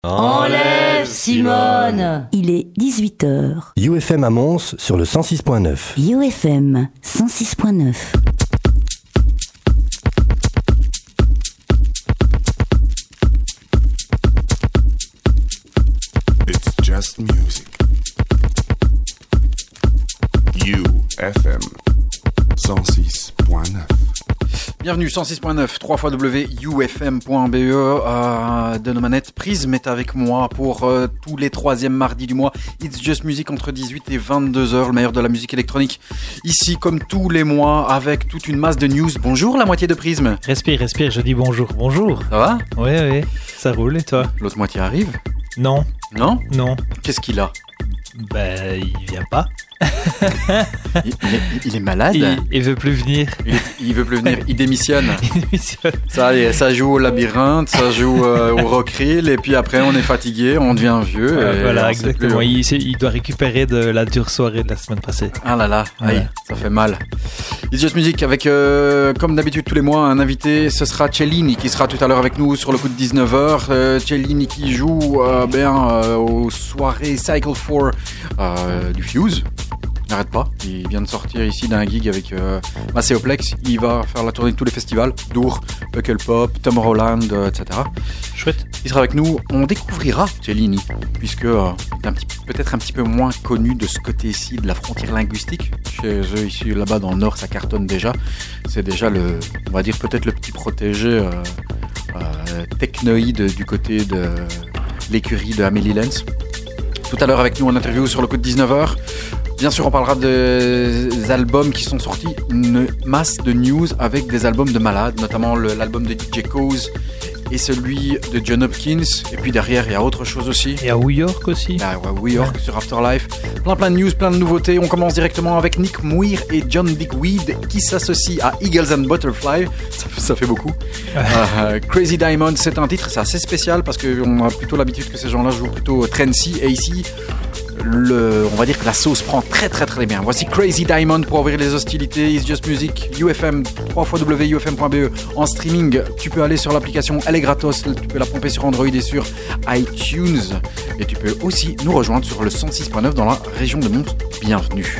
Enlève Simone. Il est 18h. UFM à Mons sur le 106.9. UFM 106.9. It's just music. UFM 106.9. Bienvenue 106.9, 3xWUFM.be de nos manettes. Prism est avec moi pour tous les troisièmes mardis du mois. It's Just Music entre 18 et 22h, le meilleur de la musique électronique. Ici, comme tous les mois, avec toute une masse de news. Bonjour la moitié de Prism. Respire, je dis bonjour. Bonjour. Ça va ? Oui, ça roule et toi ? L'autre moitié arrive ? Non. Non ? Non. Qu'est-ce qu'il a ? Ben, il vient pas. Il est malade. Il veut plus venir. Il veut plus venir. Il démissionne. Il démissionne. Ça joue au labyrinthe, ça joue au rockrill, et puis après on est fatigué, on devient vieux. Voilà, exactement. Il doit récupérer de la dure soirée de la semaine passée. Ah là là, aïe, ouais. Ça fait mal. It's Just Music avec, comme d'habitude tous les mois, un invité. Ce sera Cellini qui sera tout à l'heure avec nous sur le coup de 19h. Cellini qui joue aux soirées Cycle 4 du Fuse. Il n'arrête pas, il vient de sortir ici d'un gig avec Macéoplex. Il va faire la tournée de tous les festivals, Dour, Pukkelpop, Tomorrowland, etc. Chouette. Il sera avec nous, on découvrira Cellini, puisque peut-être un petit peu moins connu de ce côté-ci de la frontière linguistique. Chez eux, ici, là-bas dans le Nord, ça cartonne déjà. C'est déjà on va dire peut-être le petit protégé technoïde du côté de l'écurie de Amélie Lenz. Tout à l'heure avec nous en interview sur le coup de 19h. Bien sûr, on parlera des albums qui sont sortis, une masse de news avec des albums de malades, notamment l'album de DJ Cause et celui de John Hopkins. Et puis derrière, il y a autre chose aussi. Et à New York aussi. Ah ouais, New York sur Afterlife. Plein de news, plein de nouveautés. On commence directement avec Nick Muir et John Digweed qui s'associent à Eagles and Butterfly. Ça fait beaucoup. Crazy Diamond, c'est un titre, c'est assez spécial parce qu'on a plutôt l'habitude que ces gens-là jouent plutôt Trancy. Et ici, on va dire que la sauce prend très bien. Voici Crazy Diamond pour ouvrir les hostilités. It's Just Music, UFM, 3xWUFM.be en streaming. Tu peux aller sur l'application, elle est gratos. Tu peux la pomper sur Android et sur iTunes. Et tu peux aussi nous rejoindre sur le 106.9 dans la région de Mons. Bienvenue.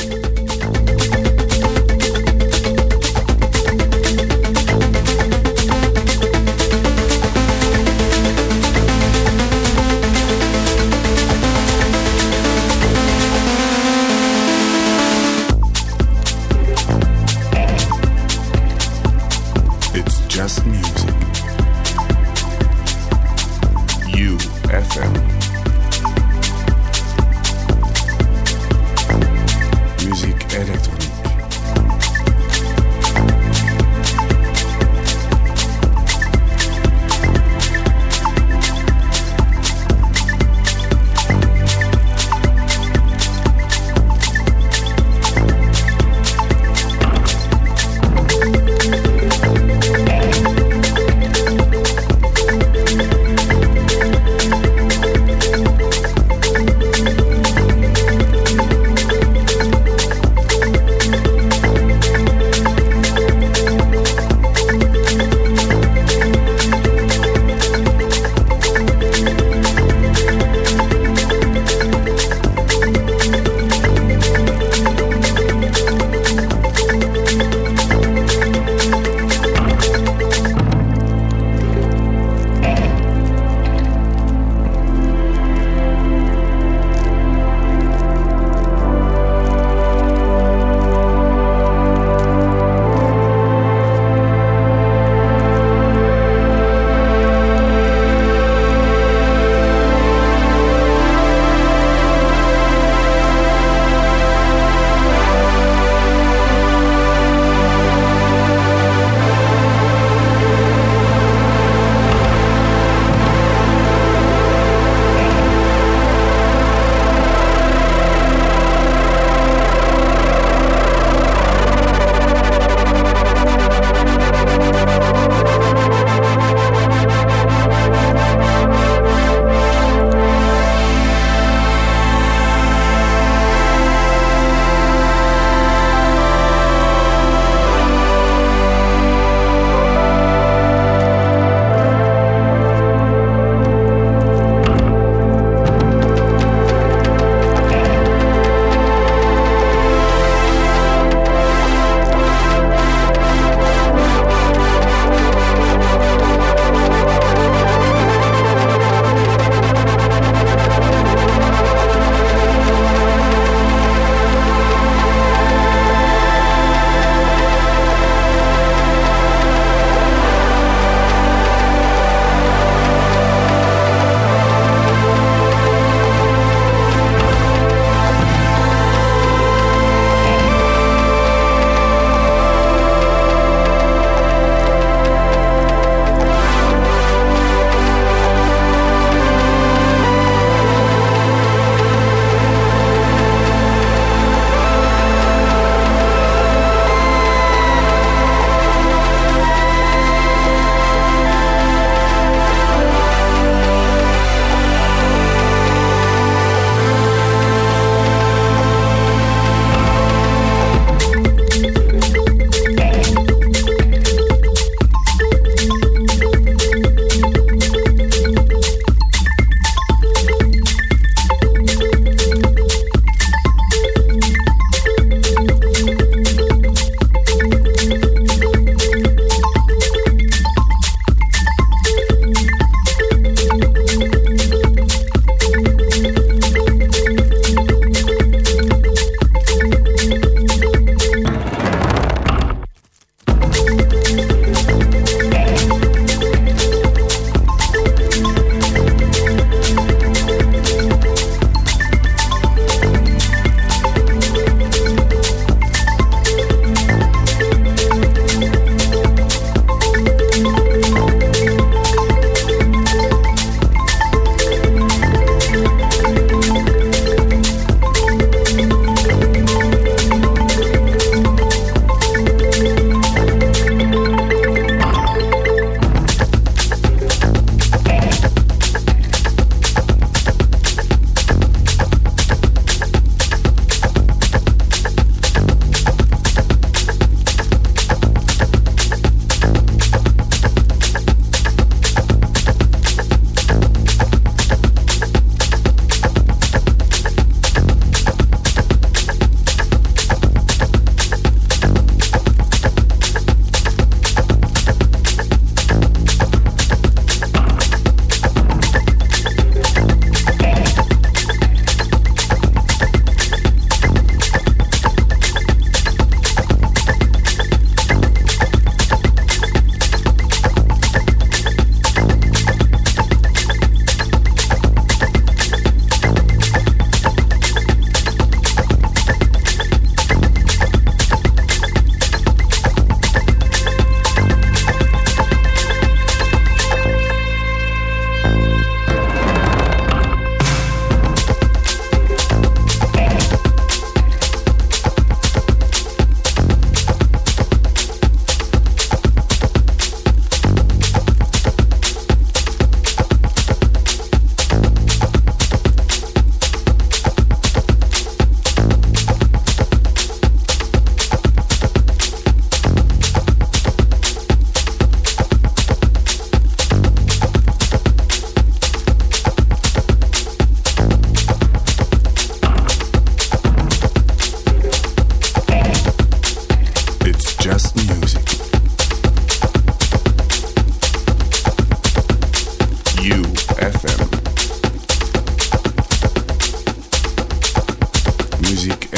Just music. UFM. Musique électronique.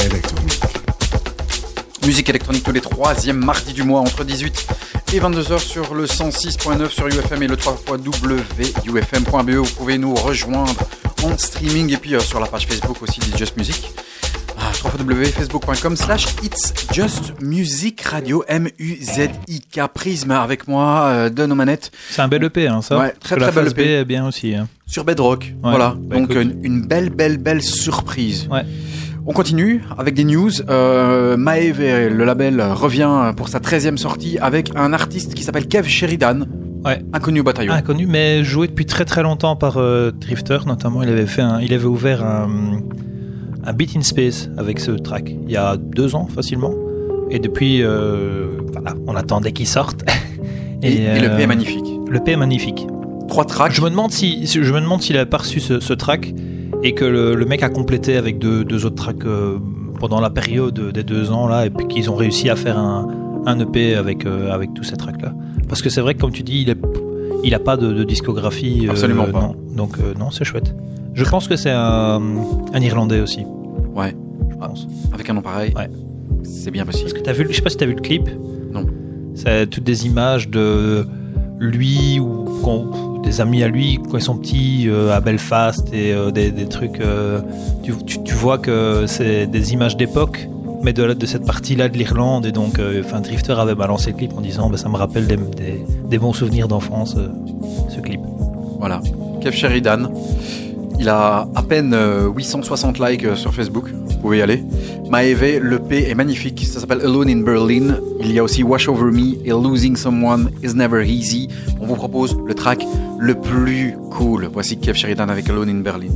électronique. Musique électronique tous les troisièmes mardis du mois entre 18 et 22h sur le 106.9 sur UFM et le 3xWUFM.be. Vous pouvez nous rejoindre en streaming et puis sur la page Facebook aussi d'It's Just Music. www.facebook.com/It's Just Music Radio MUZIK. Prisme avec moi de nos manettes. C'est un bel EP, hein, ça. Ouais, très la bel phase B EP. est bien aussi. Hein. Sur Bedrock, Ouais, voilà. bah Donc écoute. une belle surprise. Ouais. On continue avec des news. Maeve, le label, revient pour sa 13e sortie avec un artiste qui s'appelle Kev Sheridan. Ouais. Inconnu au bataillon. Inconnu, mais joué depuis très longtemps par Drifter, notamment. Il avait ouvert un Beat in Space avec ce track il y a 2 ans facilement. Et depuis, voilà, on attendait qu'il sorte. Et le P est magnifique. Le P est magnifique. 3 tracks. Je me demande s'il a pas reçu ce track et que le mec a complété avec deux autres tracks pendant la période des 2 ans là, et puis qu'ils ont réussi à faire un EP avec tous ces tracks là. Parce que c'est vrai que comme tu dis, il a pas de discographie. Absolument pas. Non. Donc non, c'est chouette. Je pense que c'est un Irlandais aussi. Ouais. Je pense. Avec un nom pareil. Ouais. C'est bien possible. Parce que je sais pas si t'as vu le clip. Non. C'est toutes des images de lui ou des amis à lui quand ils sont petits à Belfast et des trucs. Tu vois que c'est des images d'époque, mais de cette partie-là de l'Irlande. Et donc, Drifter avait balancé le clip en disant ça me rappelle des bons souvenirs d'enfance, ce clip. Voilà. Kev Sheridan. Il a à peine 860 likes sur Facebook. Vous pouvez y aller. Maeve, l'EP est magnifique. Ça s'appelle Alone in Berlin. Il y a aussi Wash Over Me et Losing Someone is Never Easy. On vous propose le track le plus cool. Voici Kev Sheridan avec Alone in Berlin.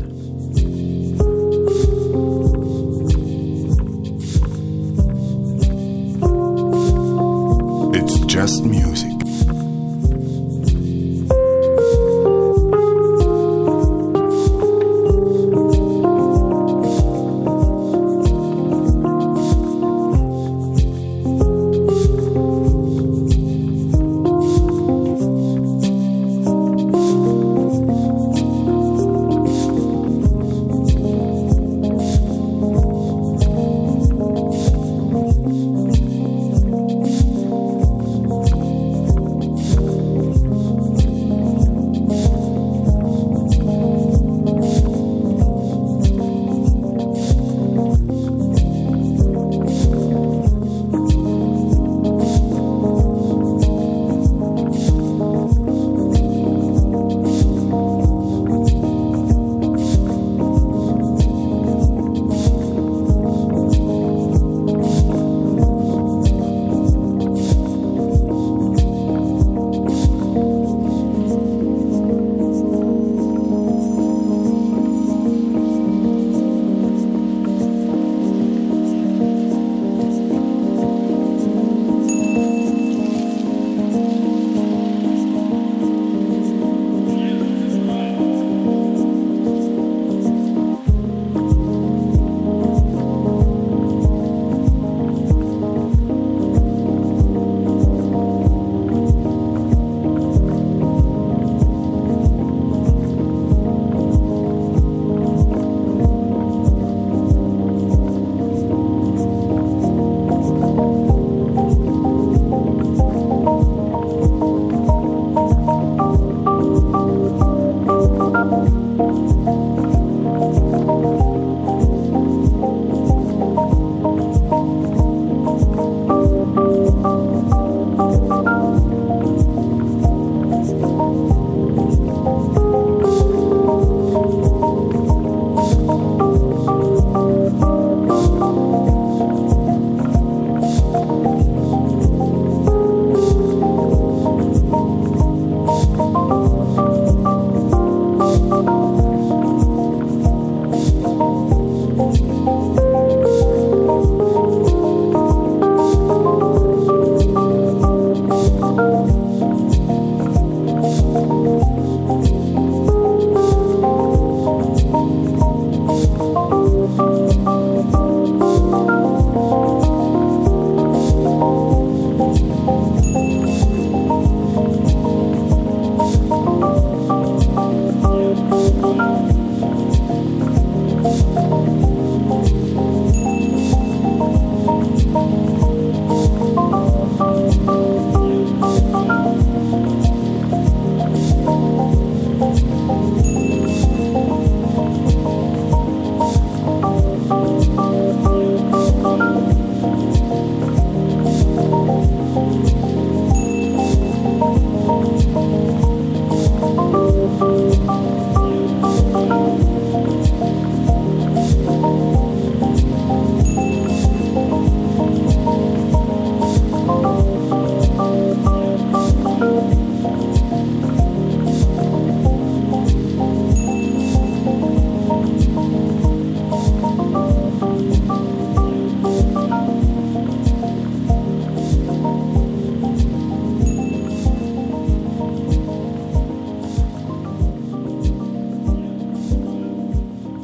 It's just music.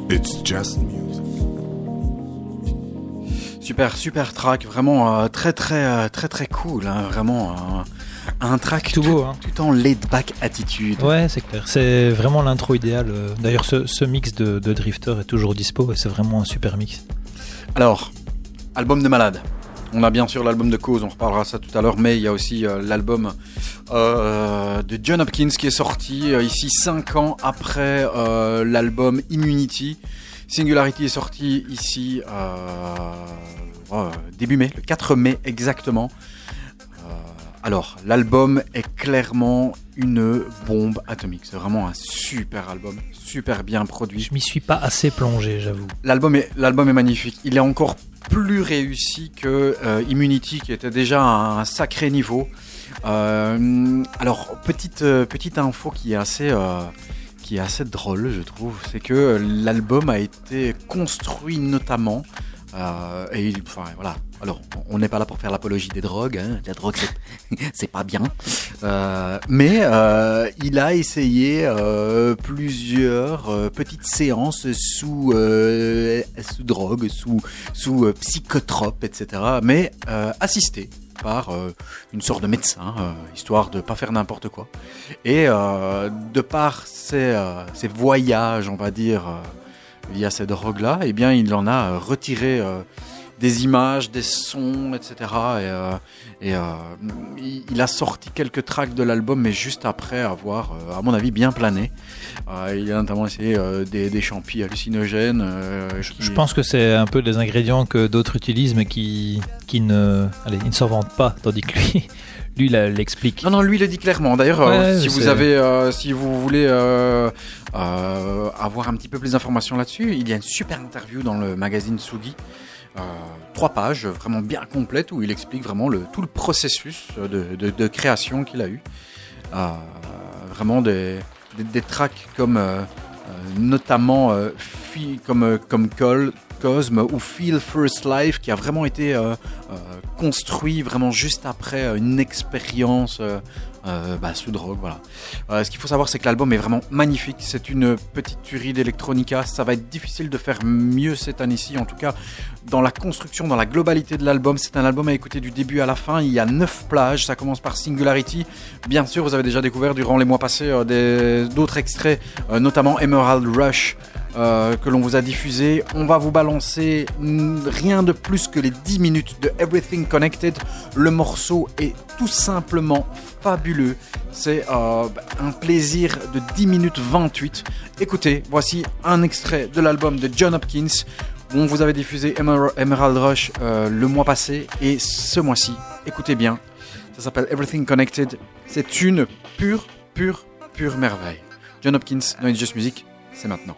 It's just music. Super track, vraiment très cool, hein, vraiment un track tout beau, hein. Tout en laid-back attitude. Ouais, c'est clair, c'est vraiment l'intro idéale. D'ailleurs, ce mix de Drifter est toujours dispo et c'est vraiment un super mix. Alors, album de malade. On a bien sûr l'album de Cause, on reparlera ça tout à l'heure, mais il y a aussi l'album de John Hopkins qui est sorti ici 5 ans après l'album Immunity. Singularity est sorti ici début mai, le 4 mai exactement. Alors, l'album est clairement une bombe atomique. C'est vraiment un super album, super bien produit. Je m'y suis pas assez plongé, j'avoue. L'album est magnifique. Il est encore plus réussi que Immunity, qui était déjà à un sacré niveau. Alors, petite info qui est assez drôle, je trouve, c'est que l'album a été construit notamment, voilà. Alors, on n'est pas là pour faire l'apologie des drogues, hein. La drogue, c'est pas bien. Mais il a essayé plusieurs petites séances sous drogue, sous psychotrope, etc. Mais assisté par une sorte de médecin, histoire de pas faire n'importe quoi. Et de par ses voyages, on va dire, via ces drogues-là, eh bien, il en a retiré des images, des sons, etc. Et il a sorti quelques tracks de l'album, mais juste après avoir, à mon avis, bien plané. Il a notamment essayé des champis hallucinogènes. Je pense que c'est un peu des ingrédients que d'autres utilisent, mais qui ne s'en vantent pas, tandis que lui l'explique. Non, lui, il le dit clairement. D'ailleurs, si vous voulez avoir un petit peu plus d'informations là-dessus, il y a une super interview dans le magazine Tsugi. 3 pages vraiment bien complètes où il explique vraiment tout le processus de création qu'il a eu. Vraiment des tracks comme notamment comme Cosme ou Feel First Life, qui a vraiment été construit vraiment juste après une expérience sous drogue. Voilà. Ce qu'il faut savoir, c'est que l'album est vraiment magnifique. C'est une petite tuerie d'electronica. Ça va être difficile de faire mieux cette année-ci. En tout cas, dans la construction, dans la globalité de l'album, c'est un album à écouter du début à la fin. Il y a 9 plages. Ça commence par Singularity. Bien sûr, vous avez déjà découvert durant les mois passés d'autres extraits, notamment Emerald Rush, que l'on vous a diffusé. On va vous balancer rien de plus que les 10 minutes de Everything Connected. Le morceau est tout simplement fabuleux. C'est un plaisir de 10 minutes 28. Écoutez, voici un extrait de l'album de John Hopkins. On vous avait diffusé Emerald Rush le mois passé, et ce mois-ci, écoutez bien, ça s'appelle Everything Connected. C'est une pure merveille. John Hopkins dans It's Just Music, c'est maintenant.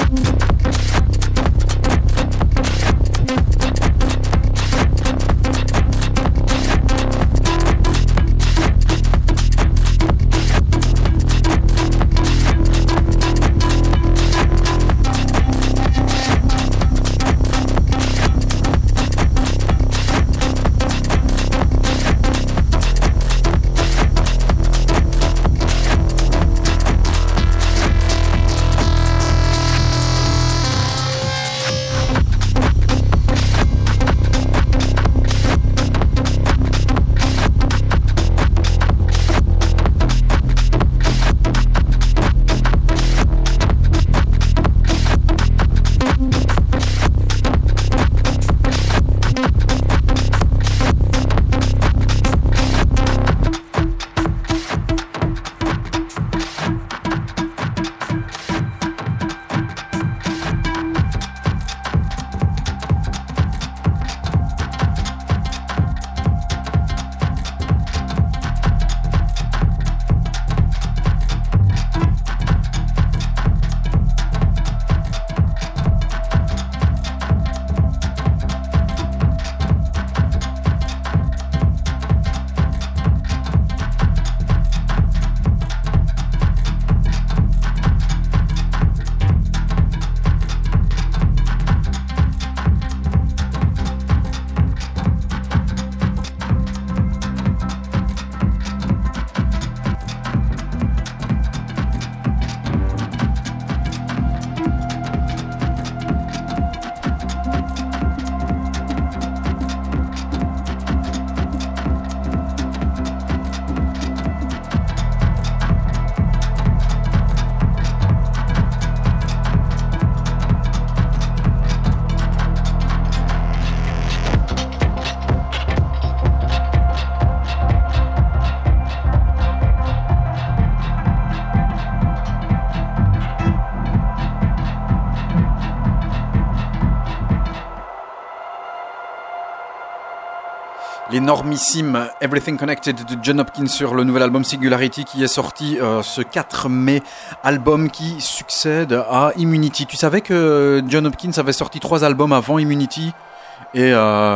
L'énormissime Everything Connected de John Hopkins sur le nouvel album Singularity qui est sorti ce 4 mai, album qui succède à Immunity. Tu savais que John Hopkins avait sorti 3 albums avant Immunity et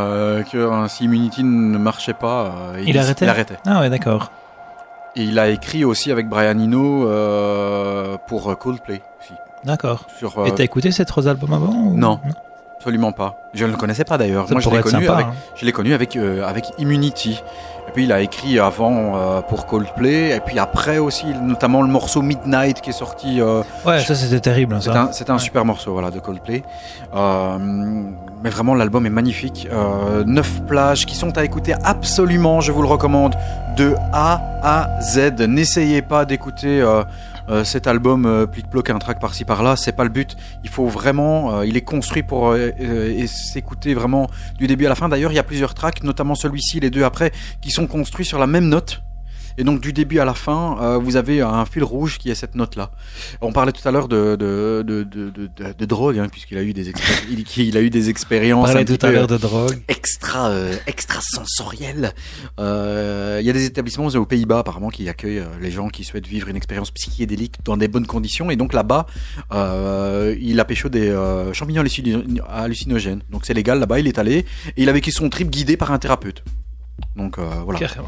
que si Immunity ne marchait pas, il arrêtait. Ah ouais, d'accord. Et il a écrit aussi avec Brian Eno pour Coldplay aussi. D'accord. Et t'as écouté ces 3 albums avant ou... Non. Absolument pas. Je ne le connaissais pas d'ailleurs. Ça, moi, je l'ai connu avec Immunity. Et puis il a écrit avant pour Coldplay. Et puis après aussi, notamment le morceau Midnight qui est sorti. Ouais, ça c'était terrible. C'était un super morceau, voilà, de Coldplay. Mais vraiment, l'album est magnifique. 9 plages qui sont à écouter absolument. Je vous le recommande de A à Z. N'essayez pas d'écouter. Cet album plic-ploc un track par-ci par-là, c'est pas le but. Il faut vraiment, il est construit pour s'écouter vraiment du début à la fin. D'ailleurs, il y a plusieurs tracks, notamment celui-ci, les 2 après, qui sont construits sur la même note. Et donc du début à la fin, vous avez un fil rouge qui est cette note-là. On parlait tout à l'heure de drogue, hein, puisqu'il a eu des il a eu des expériences. On parlait tout à l'heure de drogue. Extra sensorielles. Il y a des établissements aux Pays-Bas apparemment qui accueillent les gens qui souhaitent vivre une expérience psychédélique dans des bonnes conditions. Et donc là-bas, il a pécho des champignons hallucinogènes. Donc c'est légal là-bas. Il est allé et il a vécu son trip guidé par un thérapeute. Donc voilà. Carrément.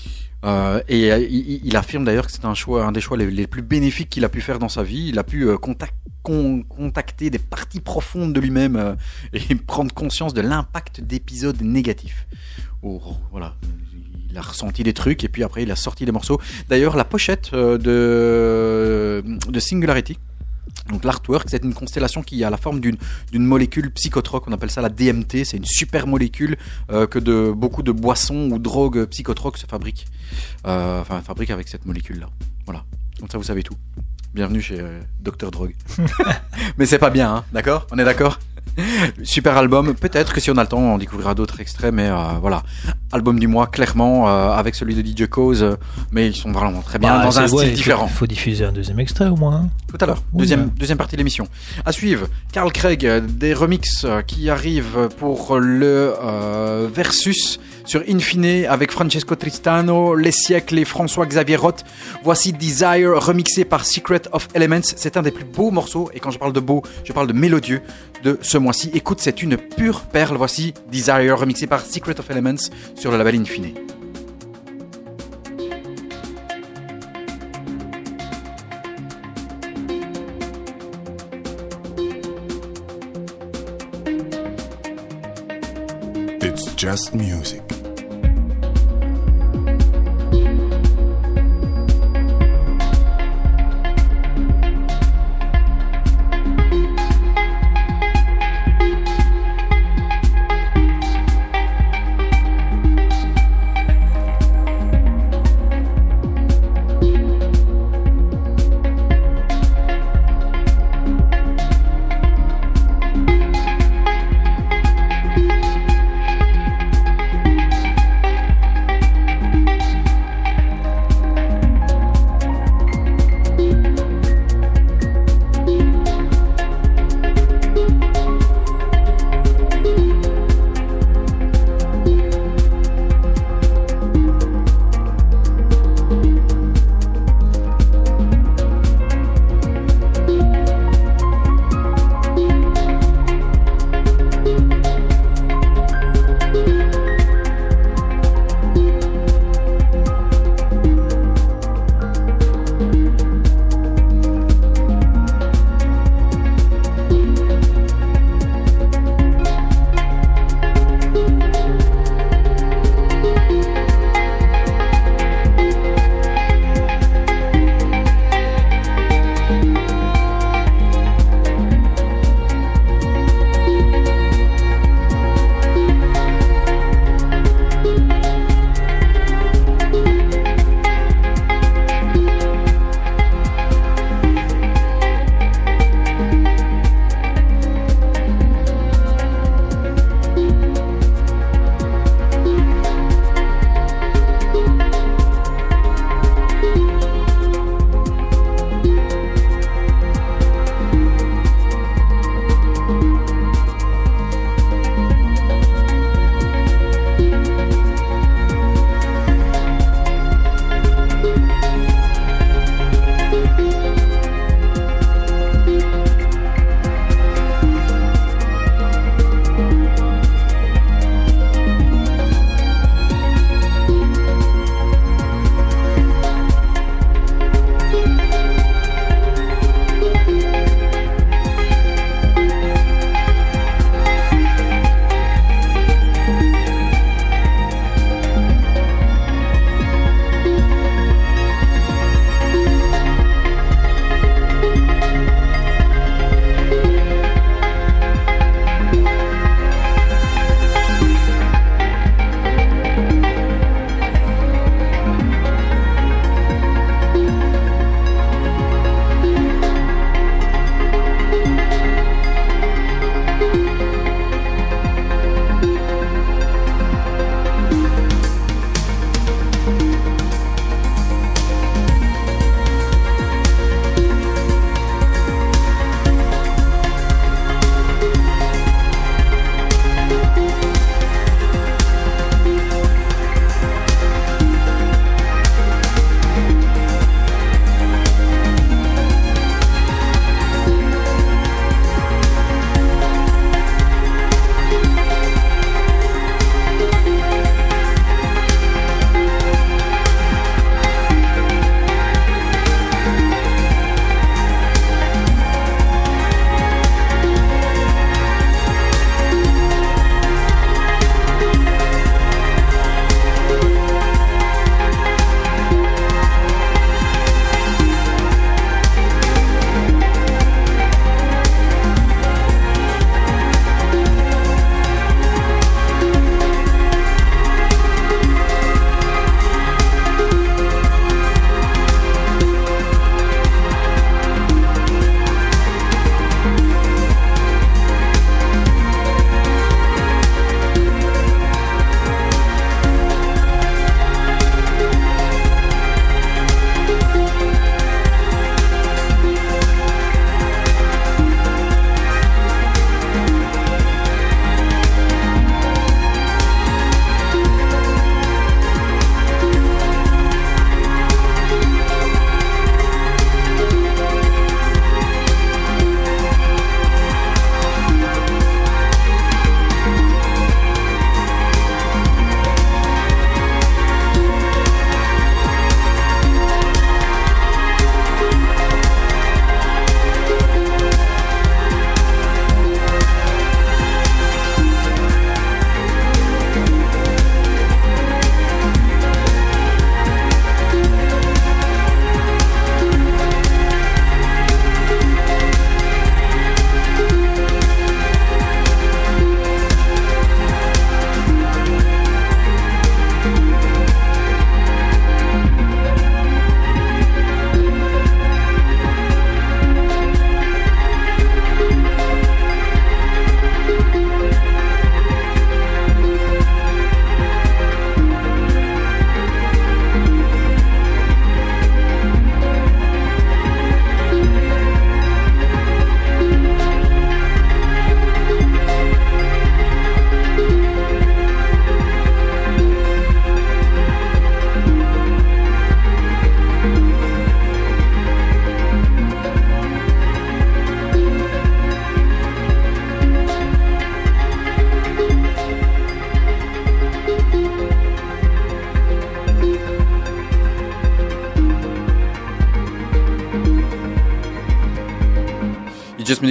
Et il affirme d'ailleurs que c'est un des choix les plus bénéfiques qu'il a pu faire dans sa vie. Il a pu contacter des parties profondes de lui-même et prendre conscience de l'impact d'épisodes négatifs. Voilà. Il a ressenti des trucs et puis après il a sorti des morceaux. D'ailleurs, la pochette de Singularity, donc l'artwork, c'est une constellation qui a la forme d'une molécule psychotrope, on appelle ça la DMT. C'est une super molécule que beaucoup de boissons ou drogues psychotropes se fabriquent. Fabriquent avec cette molécule-là. Voilà, comme ça vous savez tout. Bienvenue chez Dr Drogue. Mais c'est pas bien, hein, d'accord ? On est d'accord ? Super album, peut-être que si on a le temps on découvrira d'autres extraits, mais voilà, album du mois clairement, avec celui de DJ Cause, mais ils sont vraiment très bien dans un style différent. Il faut diffuser un deuxième extrait au moins. Tout à l'heure, deuxième partie de l'émission. À suivre, Carl Craig, des remixes qui arrivent pour le Versus sur Infine avec Francesco Tristano, Les Siècles et François-Xavier Roth. Voici Desire remixé par Secret of Elements. C'est un des plus beaux morceaux, et quand je parle de beau, je parle de mélodieux de ce mois-ci. Écoute, c'est une pure perle. Voici Desire remixé par Secret of Elements sur le label Infine. It's just music.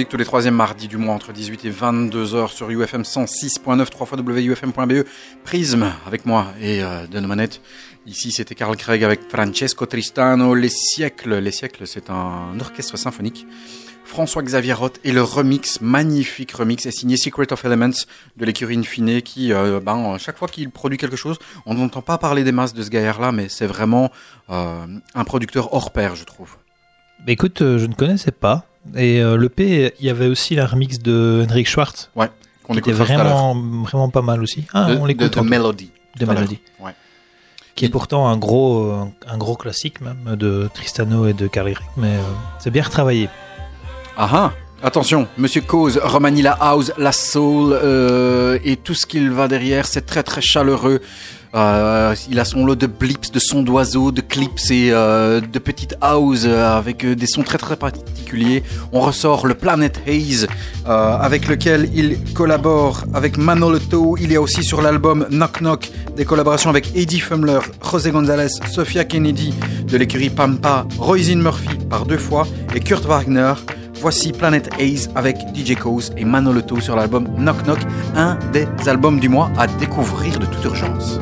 Symphonique tous les troisièmes mardis du mois entre 18 et 22h sur UFM 106.9, 3xWFM.be. Prisme avec moi et de nos manettes. Ici, c'était Carl Craig avec Francesco Tristano. Les siècles, c'est un orchestre symphonique. François-Xavier Roth et le remix, magnifique remix, est signé Secret of Elements de l'écurie Infine qui, chaque fois qu'il produit quelque chose, on n'entend pas parler des masses de ce gaillard-là, mais c'est vraiment un producteur hors pair, je trouve. Bah écoute, je ne connaissais pas. Et l'EP, il y avait aussi la remix de Henrik Schwartz. Ouais, qu'on qui était écoute vraiment pas mal aussi. Ah, on l'écoute. De Melody. De Melody. Ouais. Qui est pourtant un gros classique même de Tristano et de Carl Craig, mais c'est bien retravaillé. Ah, attention, Monsieur Cause remanie la house, la soul et tout ce qu'il va derrière, c'est très très chaleureux. Il a son lot de blips, de sons d'oiseaux, de clips et de petites house avec des sons très très particuliers. On ressort le Planet Haze avec lequel il collabore avec Manolto. Il y a aussi sur l'album Knock Knock des collaborations avec Eddie Fumler, José González, Sophia Kennedy de l'écurie Pampa, Roisin Murphy par 2 fois et Kurt Wagner. Voici Planet Haze avec DJ Cause et Manolto sur l'album Knock Knock, un des albums du mois à découvrir de toute urgence.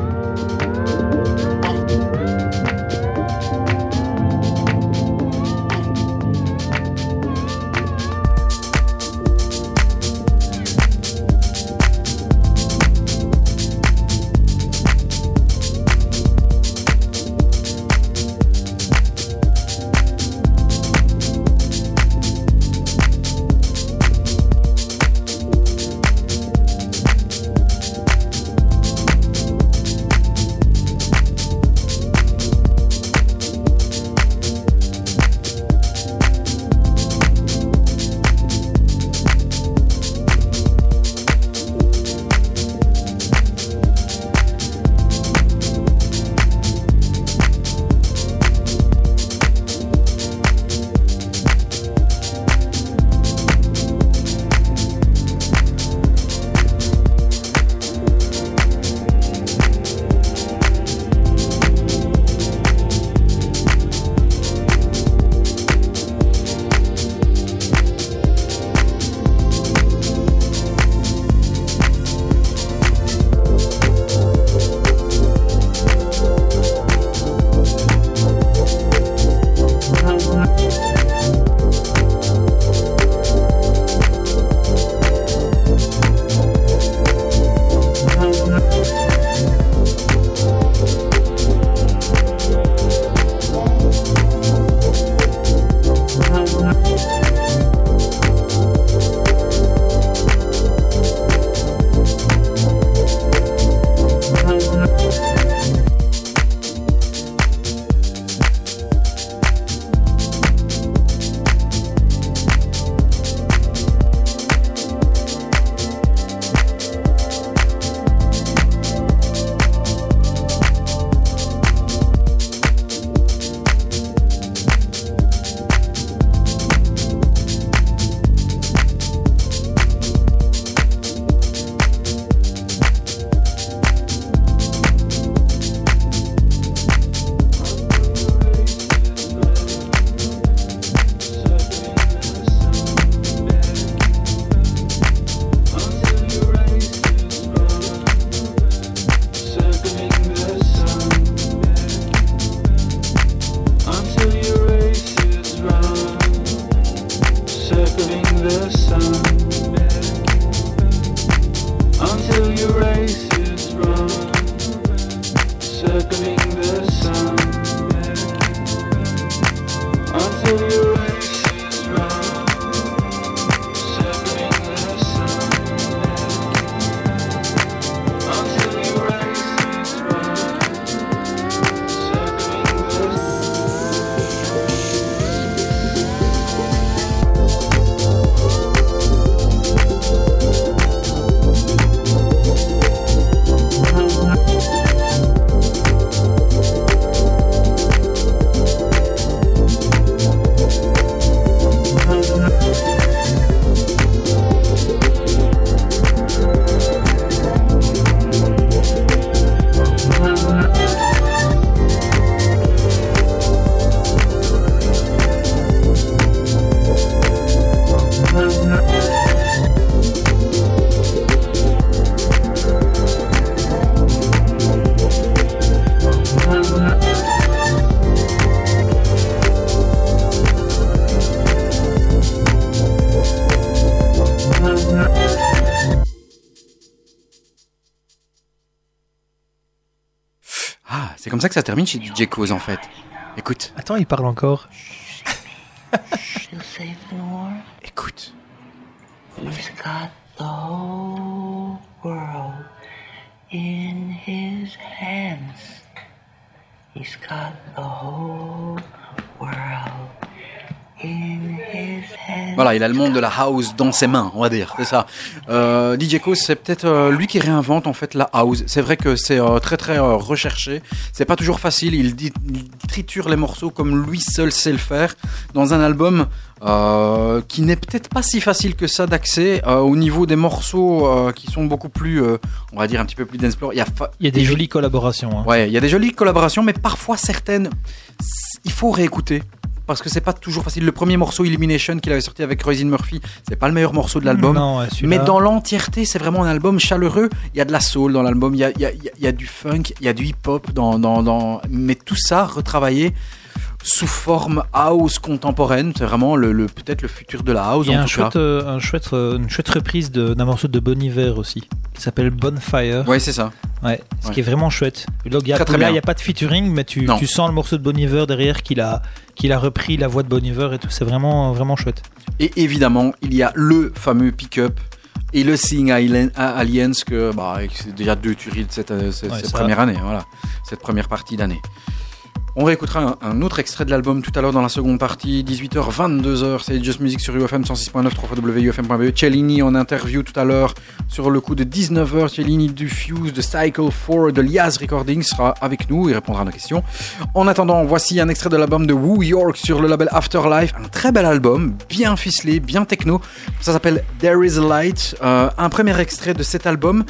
C'est comme ça que ça termine chez DJ Cause en fait. Écoute. Attends, il parle encore. Feel safe and warm. Écoute. He's got the whole world in his hands. He's got the whole world in his hands. Voilà, il a le monde de la house dans ses mains, on va dire, c'est ça. DJ Cause, c'est peut-être lui qui réinvente en fait la house. C'est vrai que c'est très très recherché. C'est pas toujours facile. Il triture les morceaux comme lui seul sait le faire dans un album qui n'est peut-être pas si facile que ça d'accès au niveau des morceaux qui sont beaucoup plus, on va dire un petit peu plus dancefloor. Il y a des jolies collaborations. Hein. Ouais, il y a des jolies collaborations, mais parfois certaines, il faut réécouter. Parce que c'est pas toujours facile. Le premier morceau Illumination qu'il avait sorti avec Roisin Murphy, c'est pas le meilleur morceau de l'album. Non, ouais, mais dans l'entièreté, c'est vraiment un album chaleureux. Il y a de la soul dans l'album, il y a du funk, il y a du hip-hop mais tout ça retravaillé sous forme house contemporaine. C'est vraiment peut-être le futur de la house. Il y a en une chouette reprise d'un morceau de Bon Iver aussi, qui s'appelle Bonfire. Ouais, c'est ça. Ouais, ce qui est vraiment chouette. Donc, il n'y a pas de featuring, mais tu sens le morceau de Bon Iver derrière qu'il a repris la voix de Bon Iver et tout. C'est vraiment, vraiment chouette. Et évidemment, il y a le fameux pick-up et le Seeing Aliens, que c'est déjà 2 tueries de cette première année. Voilà, cette première partie d'année. On réécoutera un autre extrait de l'album tout à l'heure dans la seconde partie, 18h, 22h, c'est Just Music sur UFM 106.9, www.ufm.be. Cellini en interview tout à l'heure sur le coup de 19h, Cellini du Fuse, de Cycle 4, de Liaz Recording sera avec nous, il répondra à nos questions. En attendant, voici un extrait de l'album de Woo York sur le label Afterlife, un très bel album, bien ficelé, bien techno, ça s'appelle There Is a Light, un premier extrait de cet album,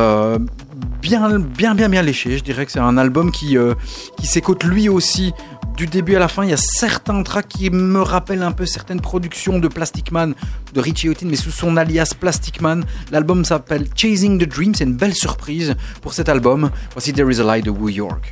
bien léché. Je dirais que c'est un album qui s'écoute lui aussi du début à la fin. Il y a certains tracks qui me rappellent un peu certaines productions de Plastic Man de Richie Houghton, mais sous son alias Plastic Man. L'album s'appelle Chasing the Dream. C'est une belle surprise pour cet album. Voici There Is a Light de Woo York.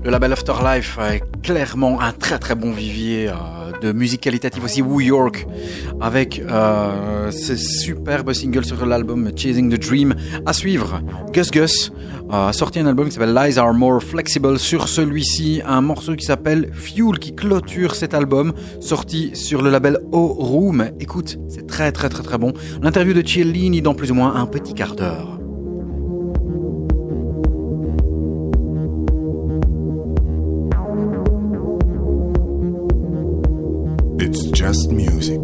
Le label Afterlife est clairement un très très bon vivier de musique qualitative aussi. New York avec ces superbes singles sur l'album Chasing the Dream. À suivre, Gus Gus a sorti un album qui s'appelle Lies Are More Flexible. Sur celui-ci, un morceau qui s'appelle Fuel qui clôture cet album, sorti sur le label O-Room. Écoute, c'est très très très très bon. L'interview de Ciellini dans plus ou moins un petit quart d'heure. It's just music.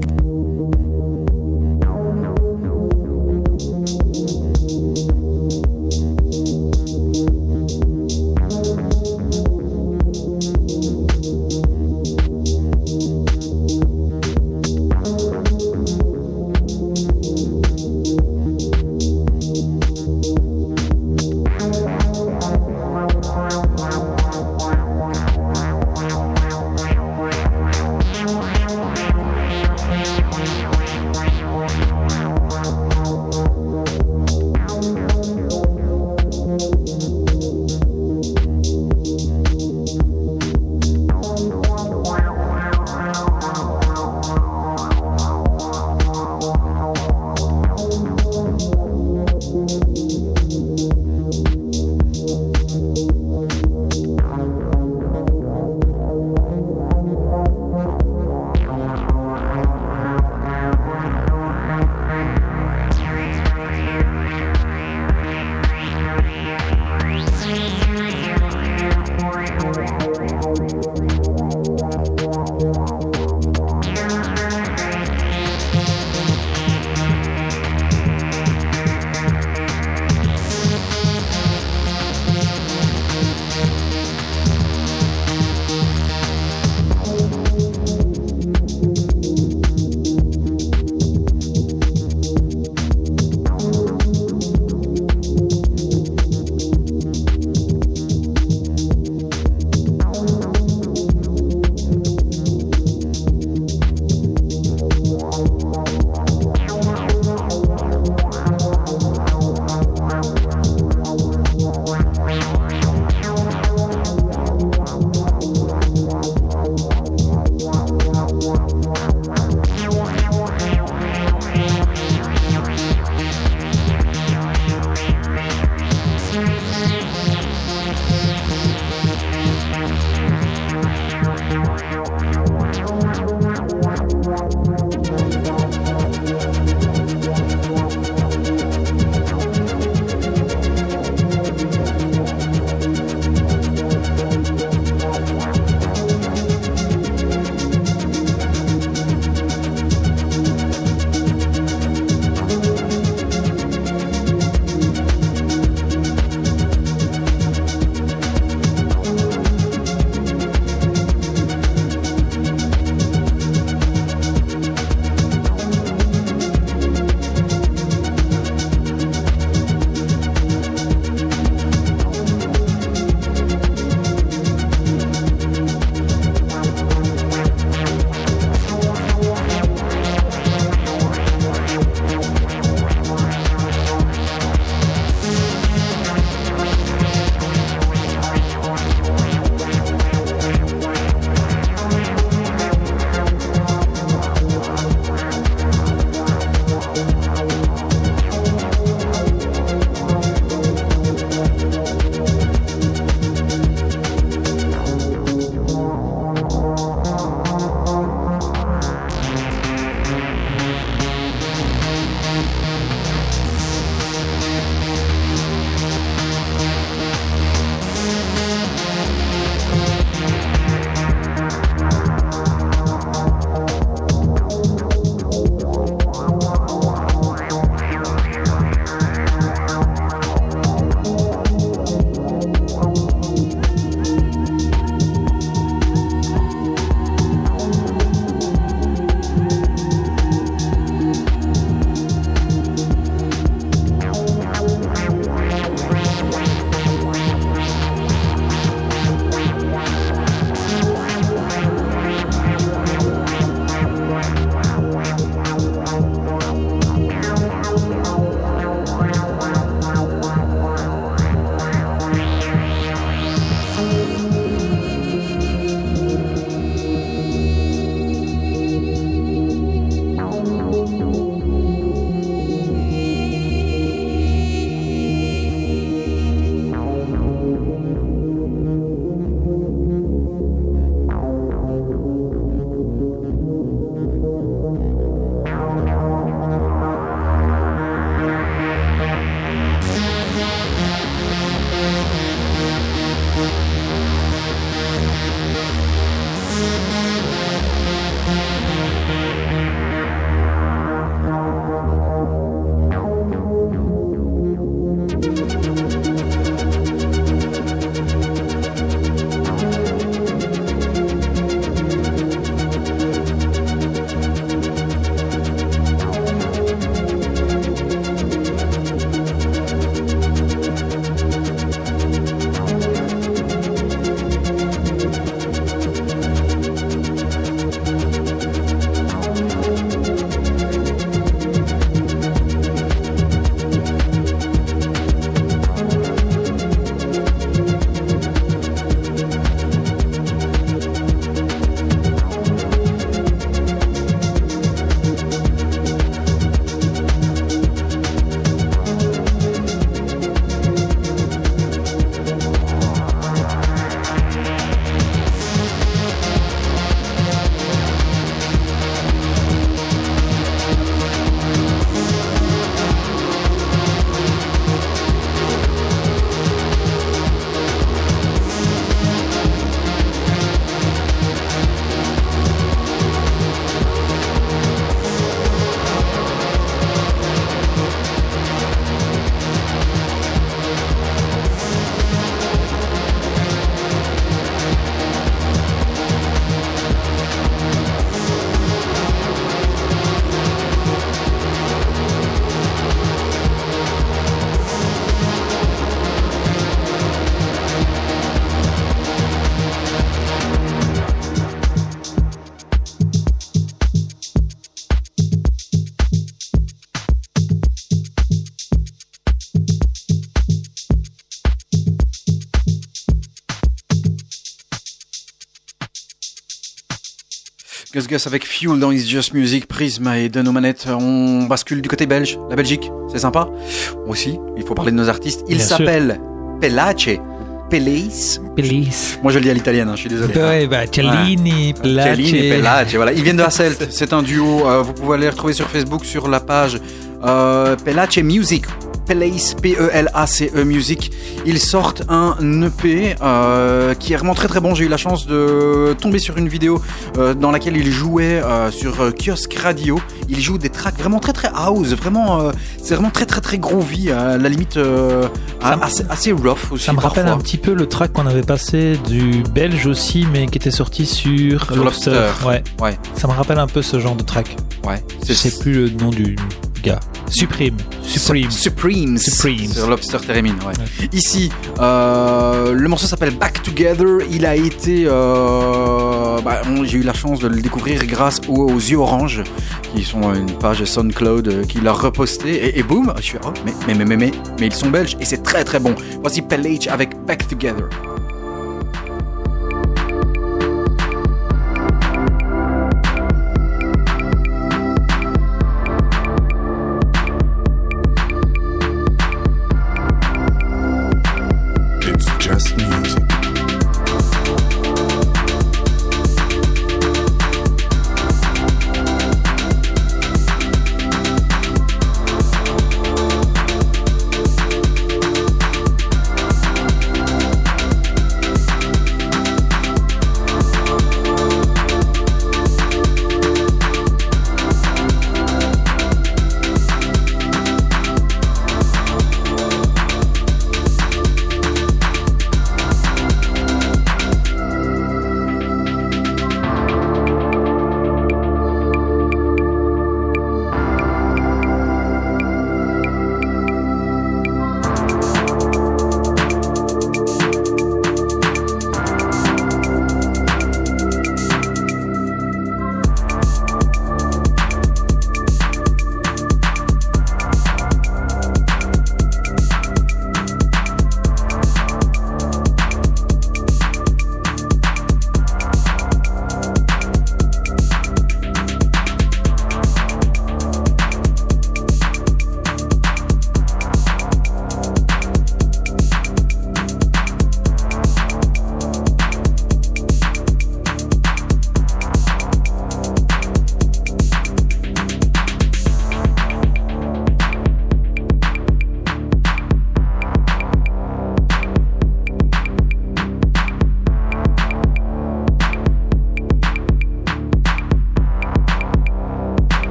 Gus Gus avec Fuel dans It's Just Music, Prism et de nos manettes. On bascule du côté belge, la Belgique, c'est sympa. Aussi, il faut parler de nos artistes. Il s'appelle Pelace. Moi je le dis à l'italienne, hein, je suis désolé. Cellini, Pelace, voilà. Ils viennent de Hasselt, c'est un duo. Vous pouvez aller les retrouver sur Facebook sur la page Pelace Music. Pelace, P-E-L-A-C-E Music. Ils sortent un EP qui est vraiment très très bon. J'ai eu la chance de tomber sur une vidéo dans laquelle ils jouaient sur Kiosque Radio. Ils jouent des tracks vraiment très très house. Vraiment, c'est vraiment très très très groovy. À la limite assez rough aussi. Ça me rappelle parfois. un petit peu le track qu'on avait passé du belge aussi, mais qui était sorti sur Lobster. Ouais. Ouais. Ça me rappelle un peu ce genre de track. Ouais. Je sais plus le nom du gars. Supreme. Supremes. Sur Lobster Theremin, ouais. Ici, le morceau s'appelle Back Together. Il a été... j'ai eu la chance de le découvrir grâce aux Yeux Orange, qui sont une page SoundCloud qui l'a reposté. Et boum, je suis mais ils sont belges et c'est très très bon. Voici Pelace avec Back Together. Just music.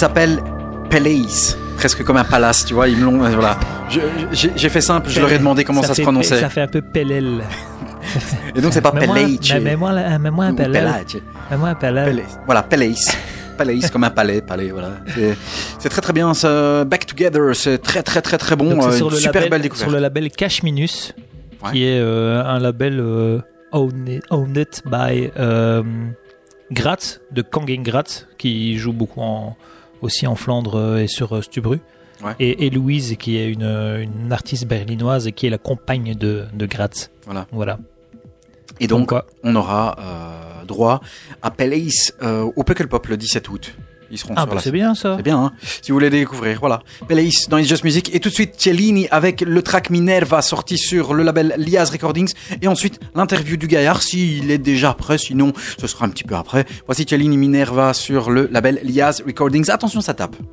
s'appelle Palace, presque comme un palace, tu vois. Ils me l'ont, voilà. J'ai fait simple, je leur ai demandé comment ça se prononçait. Ça fait un peu Pelel. Et donc c'est pas Palace. Mets-moi un Pelel. Mets-moi un Pelel. Voilà, Palace. Palace comme un palais, voilà. C'est très très bien, ça. Back Together, c'est très très très très bon. Donc, une super belle découverte. Sur le label Cash Minus, qui est un label owned by Graz, de Kangin Graz, qui joue beaucoup aussi en Flandre et sur Stubru. Ouais. Et Louise, qui est une artiste berlinoise et qui est la compagne de Graz. Voilà. Et donc on aura droit à Palace au Pukkelpop le 17 août. Ils seront sur la c'est bien ça. C'est bien, hein, si vous voulez découvrir. Voilà. Palace dans It's Just Music. Et tout de suite, Cellini avec le track Minerva sorti sur le label Liaz Recordings. Et ensuite, l'interview du gaillard, s'il est déjà prêt. Sinon, ce sera un petit peu après. Voici Cellini Minerva sur le label Liaz Recordings. Attention, ça tape.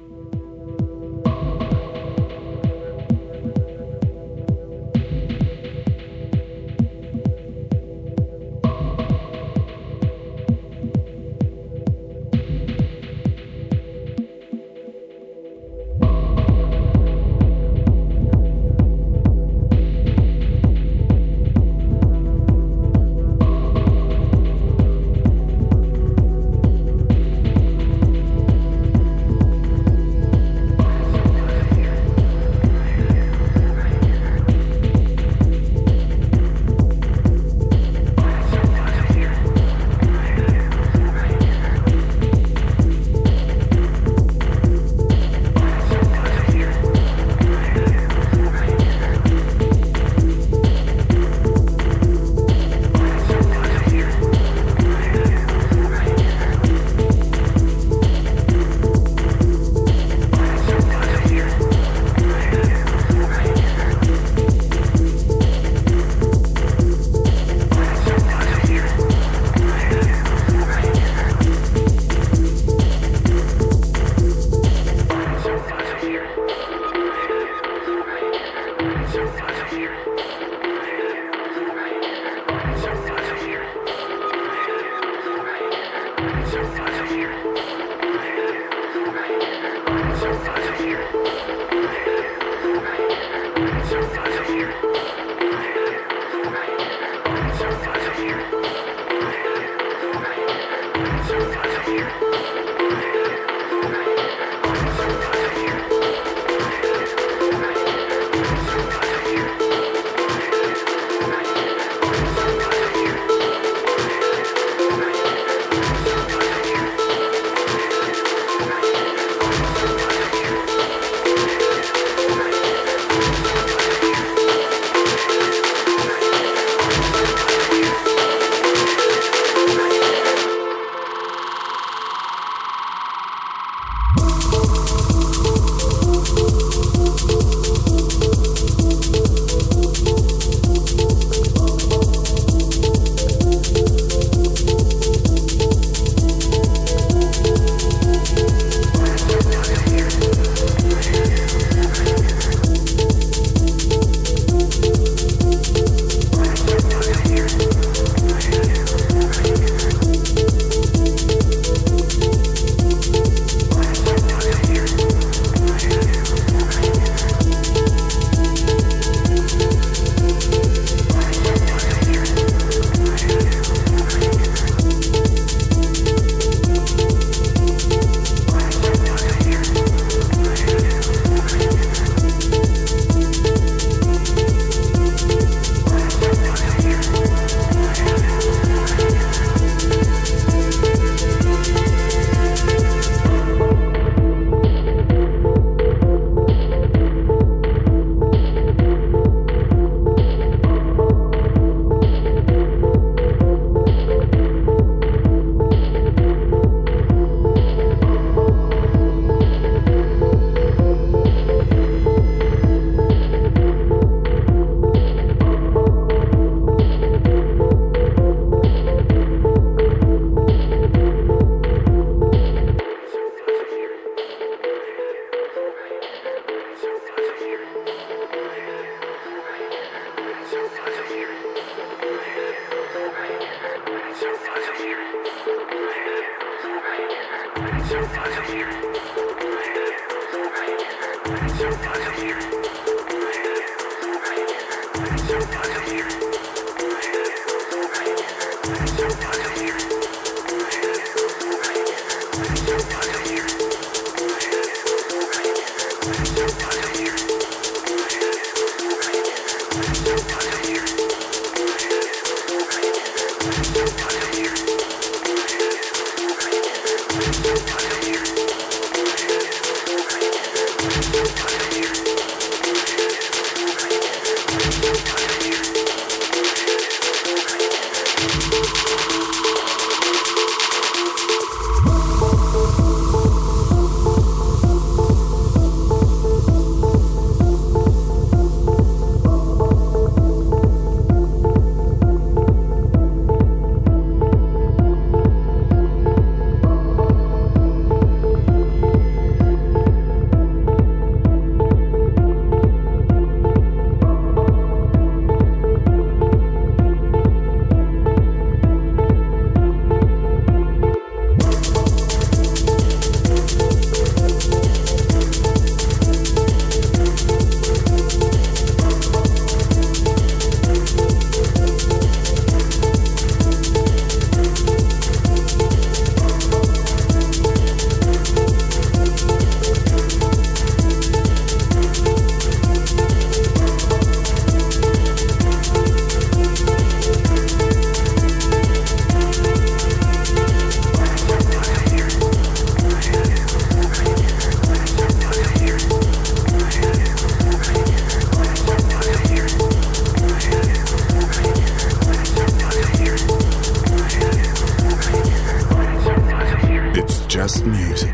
Just music.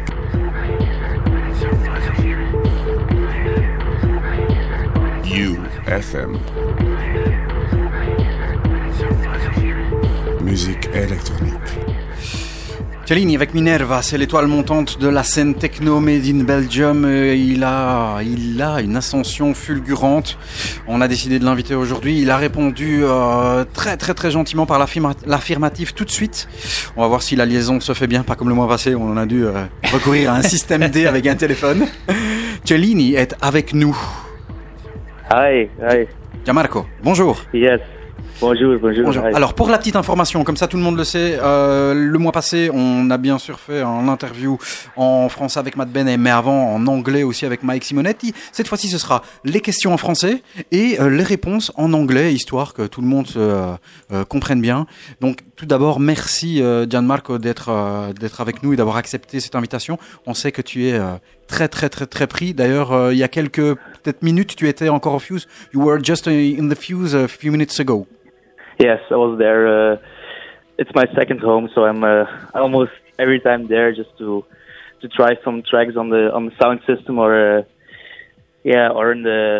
UFM. Musique électronique. Cellini avec Minerva, c'est l'étoile montante de la scène techno made in Belgium. Il a une ascension fulgurante. On a décidé de l'inviter aujourd'hui. Il a répondu très très très gentiment par l'affirmative tout de suite. On va voir si la liaison se fait bien, pas comme le mois passé où on a dû recourir à un système D avec un téléphone. Cellini est avec nous. Hi. Gianmarco, bonjour. Yes. Bonjour. Alors pour la petite information, comme ça tout le monde le sait, le mois passé on a bien sûr fait un interview en français avec Matt Bennett, mais avant en anglais aussi avec Mike Simonetti. Cette fois-ci ce sera les questions en français et les réponses en anglais, histoire que tout le monde se comprenne bien. Donc tout d'abord merci Gianmarco d'être avec nous et d'avoir accepté cette invitation. On sait que tu es très pris. D'ailleurs il y a quelques peut-être minutes tu étais encore au Fuse. You were just in the Fuse a few minutes ago. Yes, I was there. It's my second home, so I'm almost every time there just to try some tracks on the sound system or in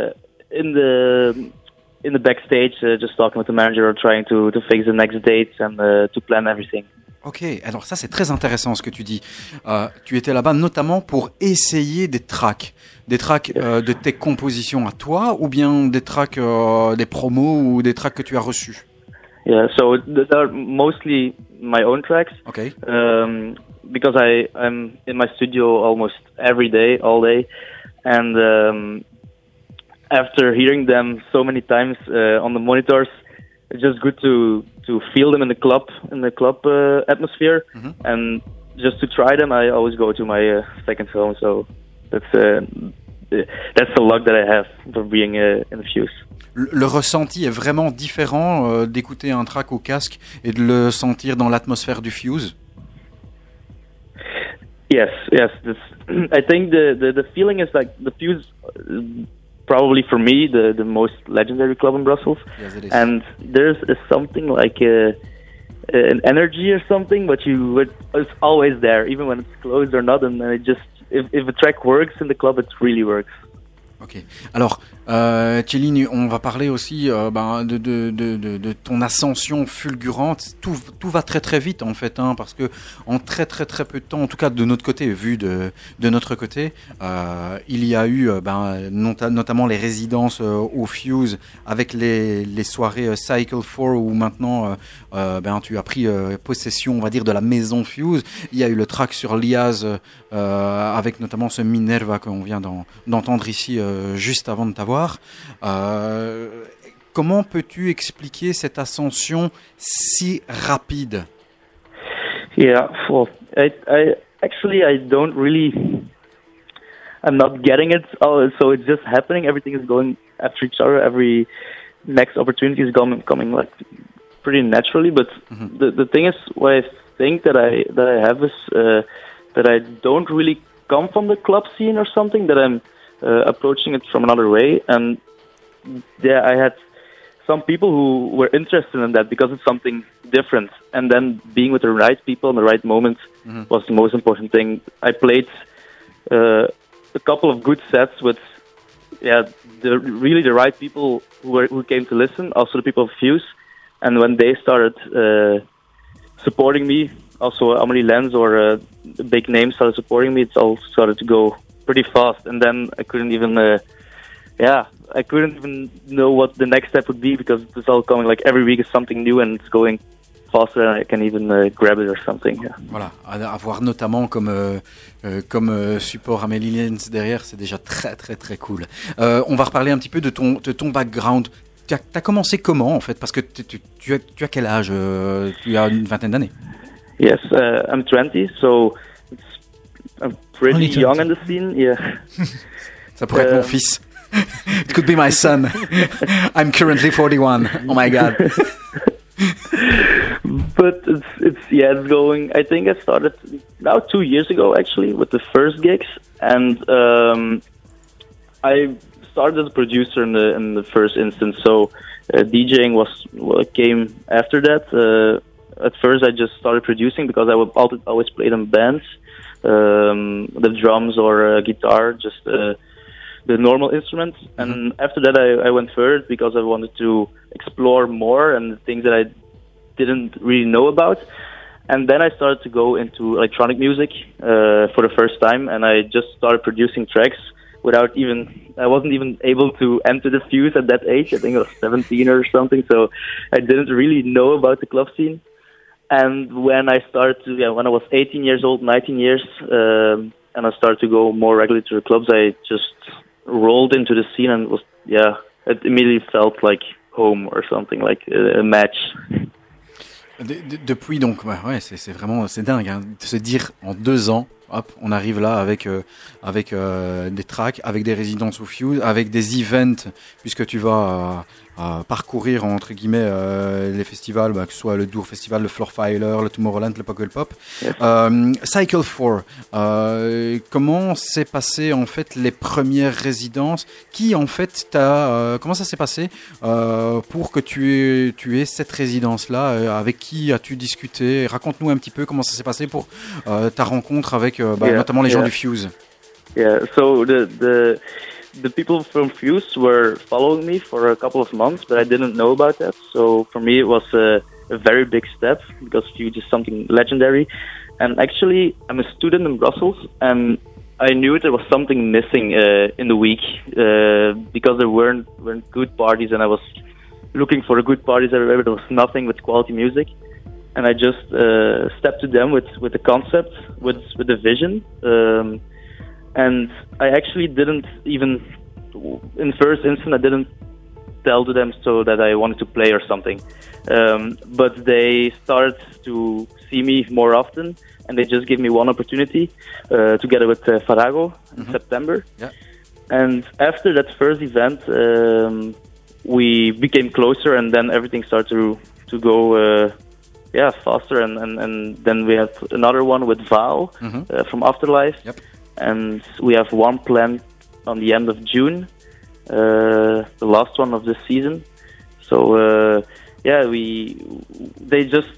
the backstage, just talking with the manager or trying to fix the next dates and to plan everything. Ok, alors ça c'est très intéressant ce que tu dis. Tu étais là-bas notamment pour essayer des tracks de tes compositions à toi, ou bien des tracks, des promos ou des tracks que tu as reçus. Yeah, so they're mostly my own tracks. Okay. Because I'm in my studio almost every day, all day, and after hearing them so many times on the monitors, it's just good to feel them in the club atmosphere, mm-hmm. and just to try them. I always go to my second home, so that's the luck that I have for being in the Fuse. Le ressenti est vraiment différent d'écouter un track au casque et de le sentir dans l'atmosphère du Fuse. Yes. I think the feeling is like the Fuse, probably for me the most legendary club in Brussels. Yes, it is. And there's something like an energy or something, but it's always there, even when it's closed or not. And it just if a track works in the club, it really works. Ok. Alors, Céline, on va parler aussi de ton ascension fulgurante. Tout va très très vite en fait, parce que en très très très peu de temps, en tout cas de notre côté, vu de notre côté, il y a eu notamment les résidences au Fuse avec les soirées Cycle 4 où maintenant tu as pris possession, on va dire, de la maison Fuse. Il y a eu le track sur Liaz avec notamment ce Minerva qu'on vient d'entendre ici juste avant de t'avoir. Comment peux-tu expliquer cette ascension si rapide? Yeah, well, I don't really. I'm not getting it. So it's just happening. Everything is going after each other. Every next opportunity is coming like pretty naturally. But the thing is, what I think that I have is that I don't really come from the club scene or something. That I'm approaching it from another way. And yeah, I had some people who were interested in that because it's something different. And then being with the right people in the right moment was the most important thing. I played a couple of good sets with the right people who came to listen, also the people of Fuse. And when they started supporting me, also Amelie Lenz or big names started supporting me, it all started to go pretty fast. And then I couldn't even know what the next step would be because it was all coming like every week is something new and it's going faster than I can even grab it or something. Yeah. Voilà, avoir notamment comme support Amélie Lenz derrière, c'est déjà très très très cool. On va reparler un petit peu de ton background. T'as commencé comment en fait? Parce que tu as quel âge? Tu as une vingtaine d'années. Yes, I'm 20, so I'm pretty young in the scene. Yeah. Ça pourrait être mon fils. It could be my son. I'm currently 41. Oh my god. But it's going. I think I started now 2 years ago actually with the first gigs, and I started as a producer in the first instance. So DJing came after that. At first, I just started producing because I would always play in bands, the drums or guitar, just the normal instruments. And after that, I went further because I wanted to explore more and things that I didn't really know about. And then I started to go into electronic music for the first time, and I just started producing tracks I wasn't even able to enter the Fuse at that age. I think I was 17 or something, so I didn't really know about the club scene. And when I when I was 18 years old, 19 years, and I started to go more regularly to the clubs, I just rolled into the scene and it immediately felt like home or something, like a match. Depuis donc, c'est vraiment dingue de se dire en 2 ans, hop, on arrive là avec des tracks, avec des résidences au Fuse, avec des events, puisque tu vas parcourir entre guillemets les festivals, que ce soit le Dour Festival, le Floorfiler, le Tomorrowland, le Pukkelpop. Cycle 4, comment s'est passé en fait les premières résidences? Qui en fait comment ça s'est passé pour que tu aies cette résidence là? Avec qui as-tu discuté? Raconte-nous un petit peu comment ça s'est passé pour ta rencontre avec notamment les gens du Fuse. Yeah, so the people from Fuse were following me for a couple of months, but I didn't know about that. So for me, it was a very big step because Fuse is something legendary. And actually, I'm a student in Brussels, and I knew there was something missing in the week because there weren't good parties, and I was looking for good parties everywhere. There was nothing with quality music, and I just stepped to them with the concept, with the vision. And I actually didn't even, in the first instance, I didn't tell to them so that I wanted to play or something. But they started to see me more often, and they just gave me one opportunity together with Farago in September. Yeah. And after that first event, we became closer, and then everything started to go faster. And then we had another one with Val from Afterlife. Yep. And we have one planned on the end of June, the last one of this season. So they just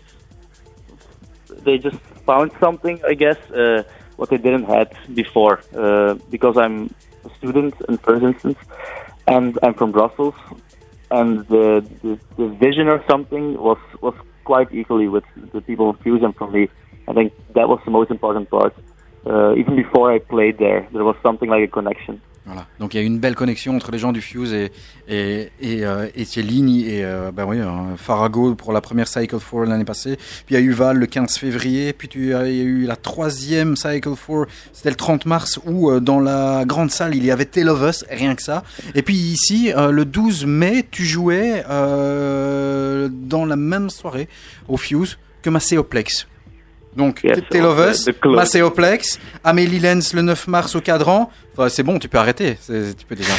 found something, I guess, what they didn't have before. Because I'm a student, in first instance, and I'm from Brussels, and the vision or something was quite equally with the people of Fuse, and for me, I think that was the most important part. Even before I played there was something like a connection. Voilà. Donc il y a une belle connexion entre les gens du Fuse et Cellini et Farago pour la première Cycle 4 l'année passée. Puis il y a eu Val le 15 février. Puis il y a eu la troisième Cycle 4, c'était le 30 mars où dans la grande salle il y avait Tale of Us, rien que ça. Et puis ici, le 12 mai, tu jouais dans la même soirée au Fuse que Macéoplex. Donc, Tale of Us, Macéoplex, Amélie Lenz le 9 mars au Cadran. Enfin, c'est bon, tu peux arrêter. Tu peux déjà.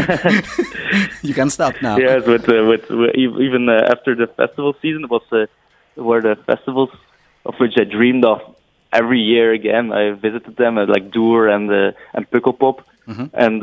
You can stop now. Yes, with even after the festival season were the festivals of which I dreamed of every year again. I visited them at like Dour and Pukkelpop, and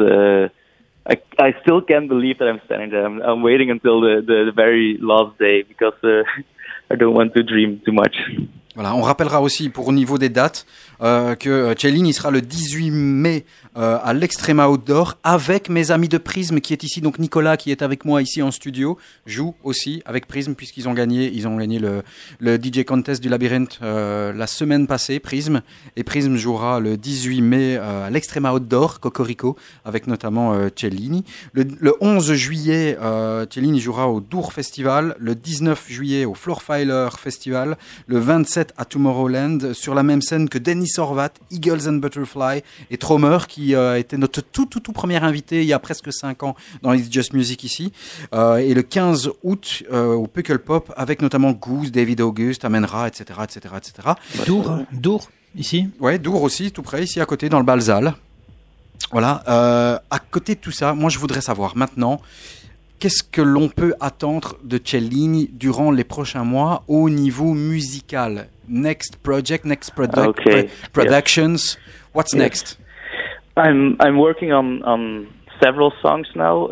I still can't believe that I'm standing there. I'm waiting until the very last day because I don't want to dream too much. Voilà, on rappellera aussi pour au niveau des dates que Cellini sera le 18 mai à l'Extrema Outdoor avec mes amis de Prism qui est ici. Donc Nicolas qui est avec moi ici en studio joue aussi avec Prism puisqu'ils ont gagné le DJ Contest du Labyrinthe la semaine passée, Prism. Et Prism jouera le 18 mai à l'Extrema Outdoor, Cocorico, avec notamment Cellini. Le 11 juillet, Cellini jouera au Dour Festival. Le 19 juillet au Floorfiler Festival. Le 27 à Tomorrowland, sur la même scène que Dennis Horvat, Eagles and Butterfly et Tromer, qui a été notre tout premier invité il y a presque 5 ans dans It's Just Music ici. Et le 15 août au Pukkelpop, avec notamment Goose, David August, Amenra, etc. Dour, ici. Ouais, Dour aussi, tout près, ici à côté, dans le Balzal. Voilà. À côté de tout ça, moi je voudrais savoir maintenant, qu'est-ce que l'on peut attendre de Cellini durant les prochains mois au niveau musical? Next project, productions. Yes. What's next? I'm working on several songs now.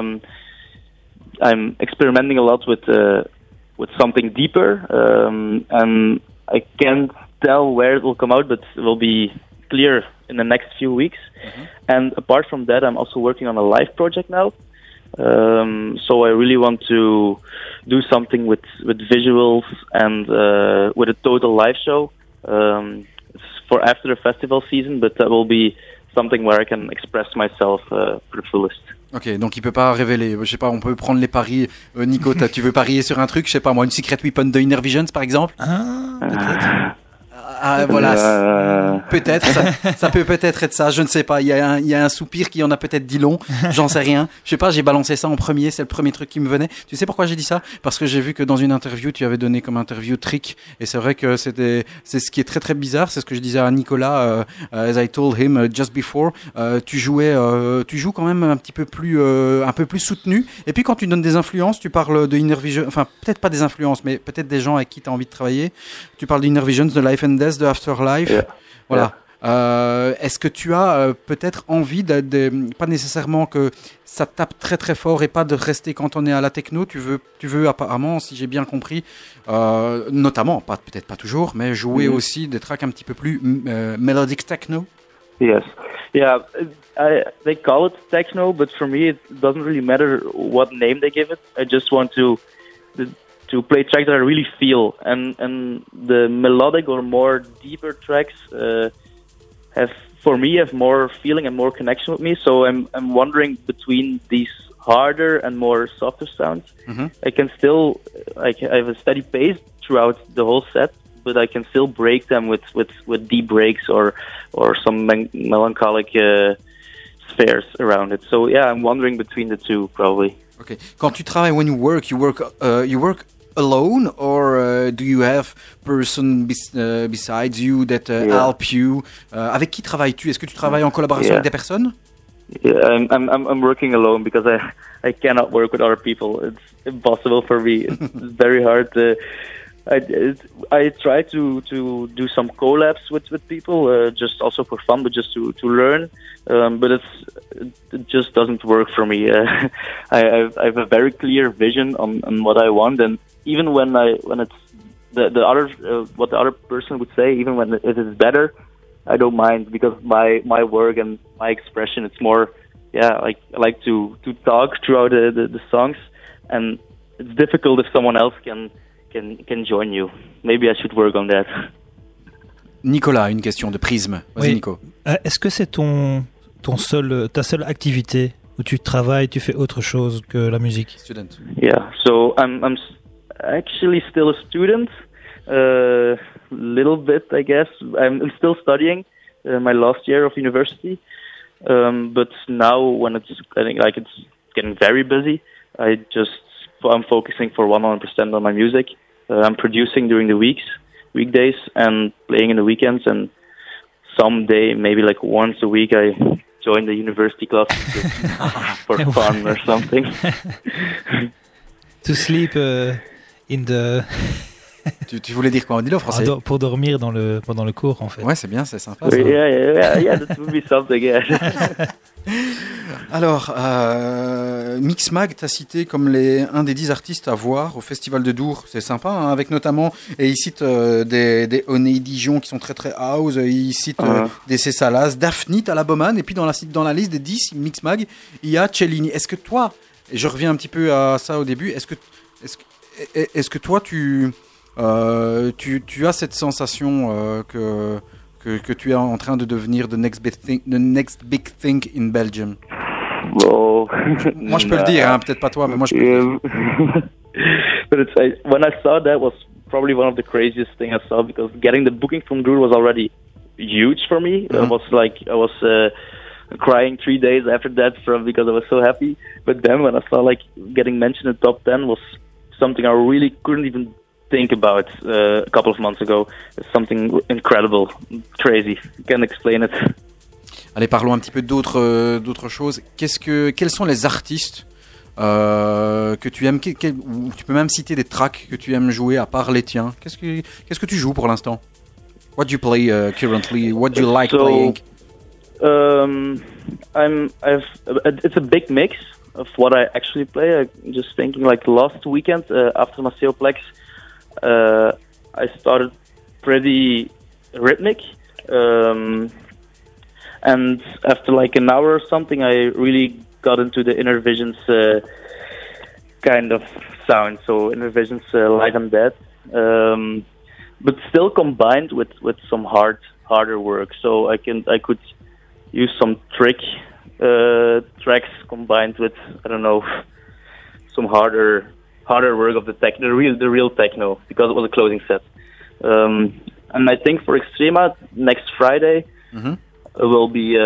I'm experimenting a lot with something deeper, and I can't tell where it will come out, but it will be clear in the next few weeks. And apart from that, I'm also working on a live project now. So I really want to do something with visuals and with a total live show. It's for after the festival season, but that will be something where I can express myself to the fullest. Ok, donc il peut pas révéler. Je sais pas, on peut prendre les paris. Nico, tu veux parier sur un truc? Je sais pas moi, une Secret Weapon de Inner Visions par exemple? Peut-être. Voilà, peut-être, ça peut peut-être être ça, je ne sais pas, il y a un soupir qui en a peut-être dit long, j'en sais rien, je sais pas, j'ai balancé ça en premier, c'est le premier truc qui me venait. Tu sais pourquoi j'ai dit ça? Parce que j'ai vu que dans une interview, tu avais donné comme interview Trick, et c'est vrai que c'est ce qui est très très bizarre, c'est ce que je disais à Nicolas, as I told him just before, tu joues quand même un peu plus soutenu, et puis quand tu donnes des influences, tu parles de Inner Vision, enfin peut-être pas des influences, mais peut-être des gens avec qui tu as envie de travailler, tu parles d'Inner Visions, de Life and Death, de Afterlife, voilà. Est-ce que tu as peut-être envie pas nécessairement que ça tape très très fort et pas de rester cantonné à la techno, tu veux apparemment, si j'ai bien compris, notamment, peut-être pas toujours, mais jouer aussi des tracks un petit peu plus melodic techno? Yes, yeah, they call it techno, but for me it doesn't really matter what name they give it. I just want to play tracks that I really feel, and the melodic or more deeper tracks have more feeling and more connection with me. So I'm wondering between these harder and more softer sounds. I can still I have a steady pace throughout the whole set, but I can still break them with deep breaks or some melancholic spheres around it. So yeah, I'm wondering between the two probably. Okay. Quand tu travailles, when you work alone, or do you have person besides you that help you? Avec qui travailles-tu? Est-ce que tu travailles en collaboration avec des personnes? Yeah, I'm working alone because I cannot work with other people. It's impossible for me. It's very hard. I try to do some collabs with people, just also for fun, but just to learn. But it just doesn't work for me. I have a very clear vision on what I want, and even when it's the other what the other person would say, even when it is better, I don't mind, because my work and my expression, it's more, like I like to talk throughout the songs, and it's difficult if someone else can join you. Maybe I should work on that. Nicolas, une question de Prisme. Vas-y, Oui. Nico. Est-ce que c'est ta seule activité où tu travailles, tu fais autre chose que la musique? Student. Yeah, so I'm actually still a student, little bit, I guess. I'm still studying my last year of university, but now when it's getting very busy, I'm focusing for 100% on my music. I'm producing during the weekdays, and playing in the weekends, and someday, maybe like once a week, I join the university club for fun or something. To sleep in the... Tu voulais dire quoi? Dis-le en français. Pour dormir pendant le cours, en fait. Ouais, c'est bien, c'est sympa. Ça. Yeah, that would be something, yeah. Alors, Mixmag t'a cité comme un des 10 artistes à voir au Festival de Dour. C'est sympa, hein, avec notamment, et il cite des Honey Dijon qui sont très très house, il cite des Cessalas, Daphne, Talaboman, et puis dans la liste des 10 Mixmag, il y a Cellini. Est-ce que toi, et je reviens un petit peu à ça au début, est-ce que toi tu as cette sensation que tu es en train de devenir the next big thing in Belgium? Oh, moi je peux le dire, hein, peut-être pas toi, mais moi je peux le dire. But when I saw that was probably one of the craziest things I saw, because getting the booking from Dour was already huge for me. I was crying 3 days after that because I was so happy. But then when I saw getting mentioned in the top 10 was something I really couldn't even think about a couple of months ago. It's something incredible, crazy. You can't explain it. Allez, parlons un petit peu d'autres choses. Quels sont les artistes que tu aimes, ou tu peux même citer des tracks que tu aimes jouer à part les tiens? Qu'est-ce que tu joues pour l'instant? What do you play currently? What do you like playing? It's a big mix of what I actually play. I'm just thinking, last weekend after Maceoplex, I started pretty rhythmic, and after an hour or something, I really got into the Inner Visions kind of sound. So Inner Visions Live and Dead, but still combined with some harder work. So I could use some tracks combined with, I don't know, some harder work of the real techno, because it was a closing set. And I think for Extrema next Friday, it will be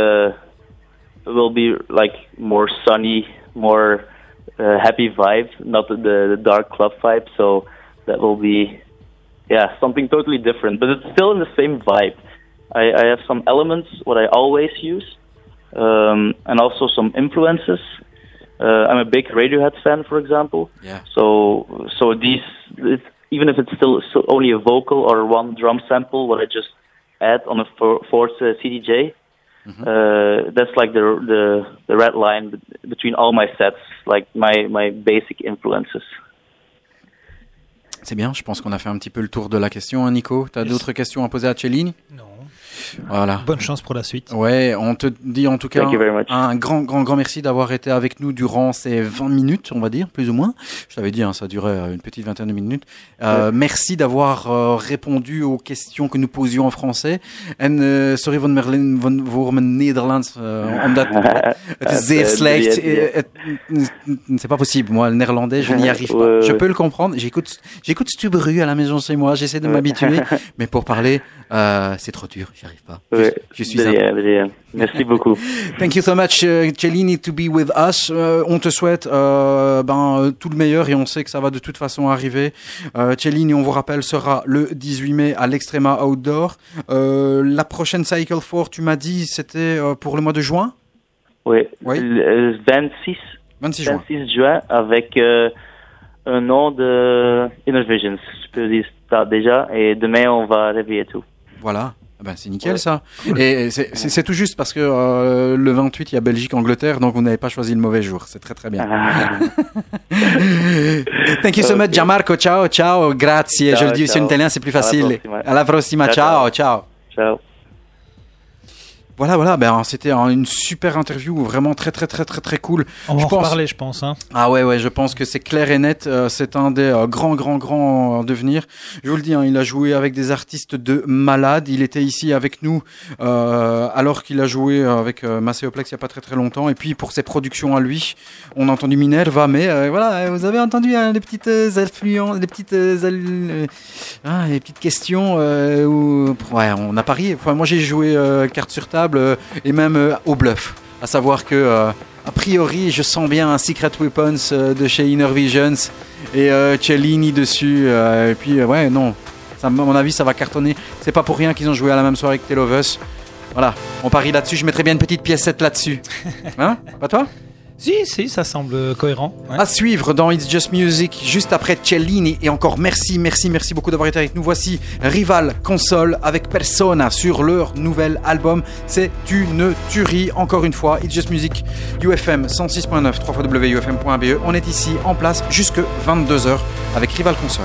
more sunny, more happy vibe, not the dark club vibe. So that will be something totally different, but it's still in the same vibe. I have some elements what I always use, and also some influences. I'm a big Radiohead fan, for example. Yeah. So these, even if it's still only a vocal or one drum sample, what I just add on a fourth CDJ, that's the red line between all my sets, my basic influences. C'est bien, je pense qu'on a fait un petit peu le tour de la question, hein, Nico. T'as d'autres questions à poser à Cellini? Non. Voilà. Bonne chance pour la suite. Ouais, on te dit en tout cas un grand merci d'avoir été avec nous durant ces 20 minutes, on va dire, plus ou moins. Je t'avais dit, hein, ça durait une petite vingtaine de minutes. Merci d'avoir répondu aux questions que nous posions en français. En sorry voor mijn Nederlands, omdat het is zeer slecht. C'est pas possible, moi, le néerlandais, je n'y arrive pas. Je peux le comprendre, j'écoute Stubru à la maison chez moi, j'essaie de m'habituer, mais pour parler, c'est trop dur, j'y arrive pas. Je suis Merci beaucoup. Thank you so much, Cellini, to be with us. On te souhaite tout le meilleur, et on sait que ça va de toute façon arriver. Cellini, on vous rappelle, sera le 18 mai à l'Extrema Outdoor. La prochaine Cycle 4, tu m'as dit, c'était pour le mois de juin? Oui. 26 juin, avec un nom de Inner Visions. Je peux dire ça déjà, et demain on va réveiller tout. Voilà. Ben, c'est nickel, ça. Cool. Et c'est tout juste parce que le 28, il y a Belgique-Angleterre, donc vous n'avez pas choisi le mauvais jour. C'est très très bien. Thank you so much, Gianmarco. Ciao, grazie. Je le dis sur italien, c'est plus facile. À la prossima. Ciao. Ciao. Voilà, ben c'était une super interview, vraiment très cool. On va en reparler, je pense. Hein. Ah ouais, je pense que c'est clair et net. C'est un des grands devenirs. Je vous le dis, hein, il a joué avec des artistes de malades. Il était ici avec nous alors qu'il a joué avec Maceo Plex il y a pas très longtemps. Et puis pour ses productions à lui, on a entendu Minerva, mais voilà, vous avez entendu les petites influences, les petites questions où ouais, on a parié. Enfin, moi j'ai joué carte sur table. Et même au bluff, à savoir que a priori je sens bien un Secret Weapons de chez Inner Visions et Cellini dessus et puis ouais non, ça, à mon avis ça va cartonner. C'est pas pour rien qu'ils ont joué à la même soirée que Tale of Us. Voilà, on parie là-dessus, je mettrais bien une petite piécette là-dessus. Hein, pas toi? Si, ça semble cohérent. Ouais. À suivre dans It's Just Music, juste après Cellini. Et encore merci beaucoup d'avoir été avec nous. Voici Rival Console avec Persona sur leur nouvel album. C'est une tuerie, encore une fois. It's Just Music, UFM 106.9, www.ufm.be. On est ici en place jusque 22h avec Rival Console.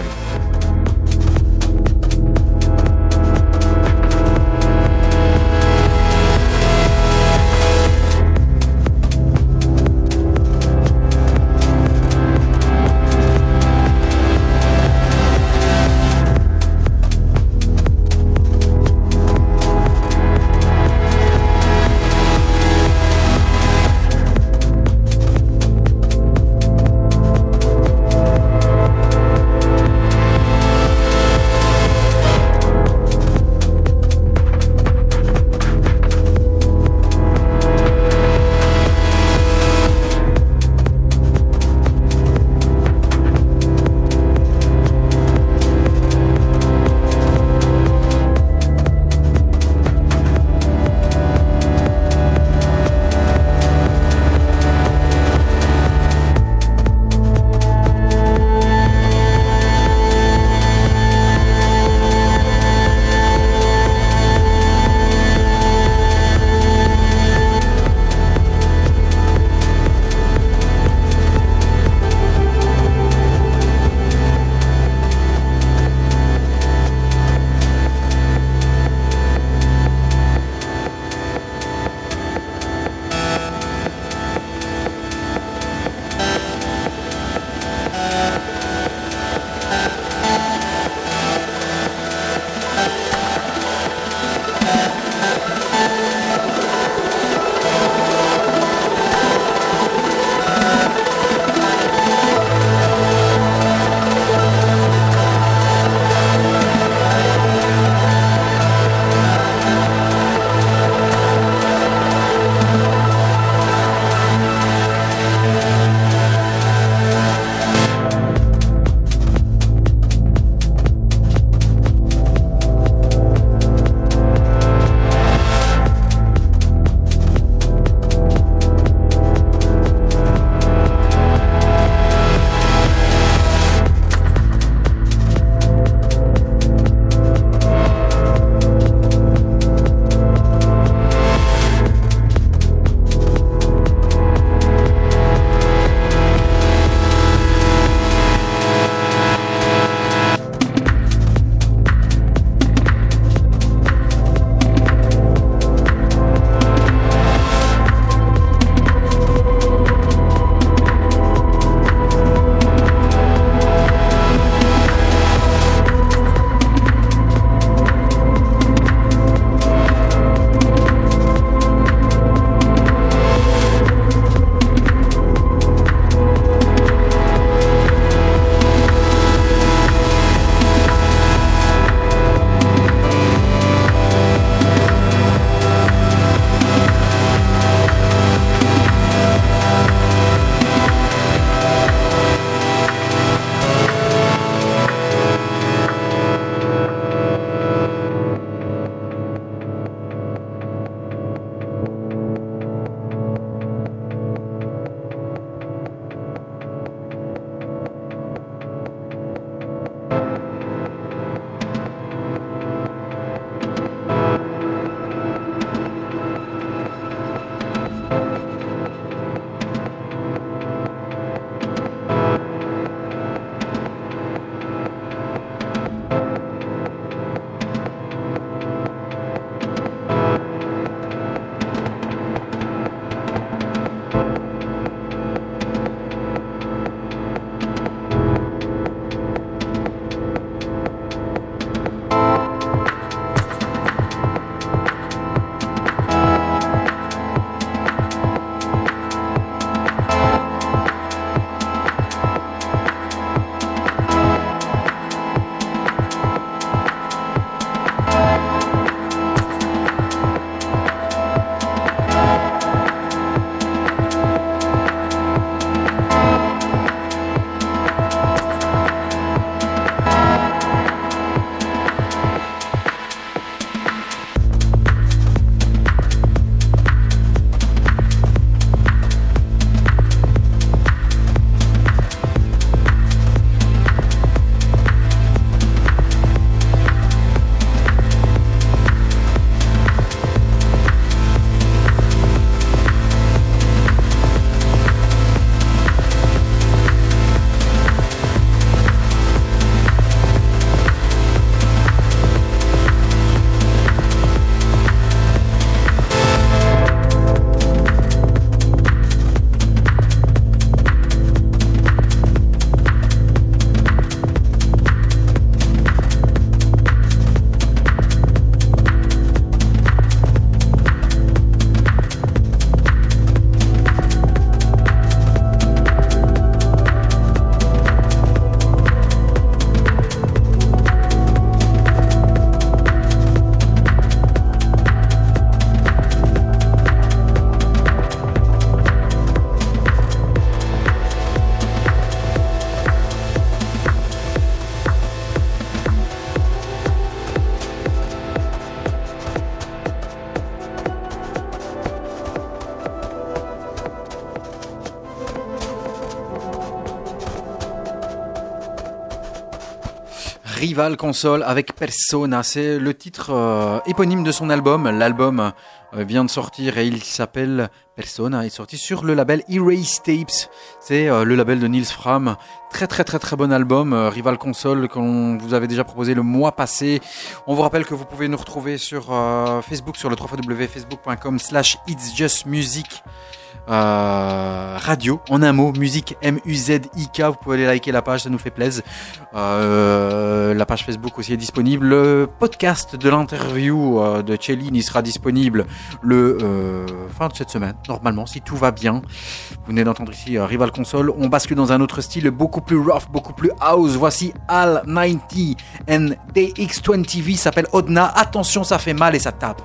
Rival Console avec Persona, c'est le titre éponyme de son album. L'album vient de sortir et il s'appelle Persona, il est sorti sur le label Erase Tapes, c'est le label de Nils Fram. Très très très très bon album, Rival Console, qu'on vous avait déjà proposé le mois passé. On vous rappelle que vous pouvez nous retrouver sur Facebook, sur le www.facebook.com/itsjustmusic. Radio, en un mot, musique M-U-Z-I-K, vous pouvez aller liker la page, ça nous fait plaisir. La page Facebook aussi est disponible. Le podcast de l'interview de Cellini sera disponible le fin de cette semaine, normalement, si tout va bien. Vous venez d'entendre ici Rival Console. On bascule dans un autre style, beaucoup plus rough, beaucoup plus house. Voici Al 90 and DX20V, s'appelle Odna. Attention, ça fait mal et ça tape.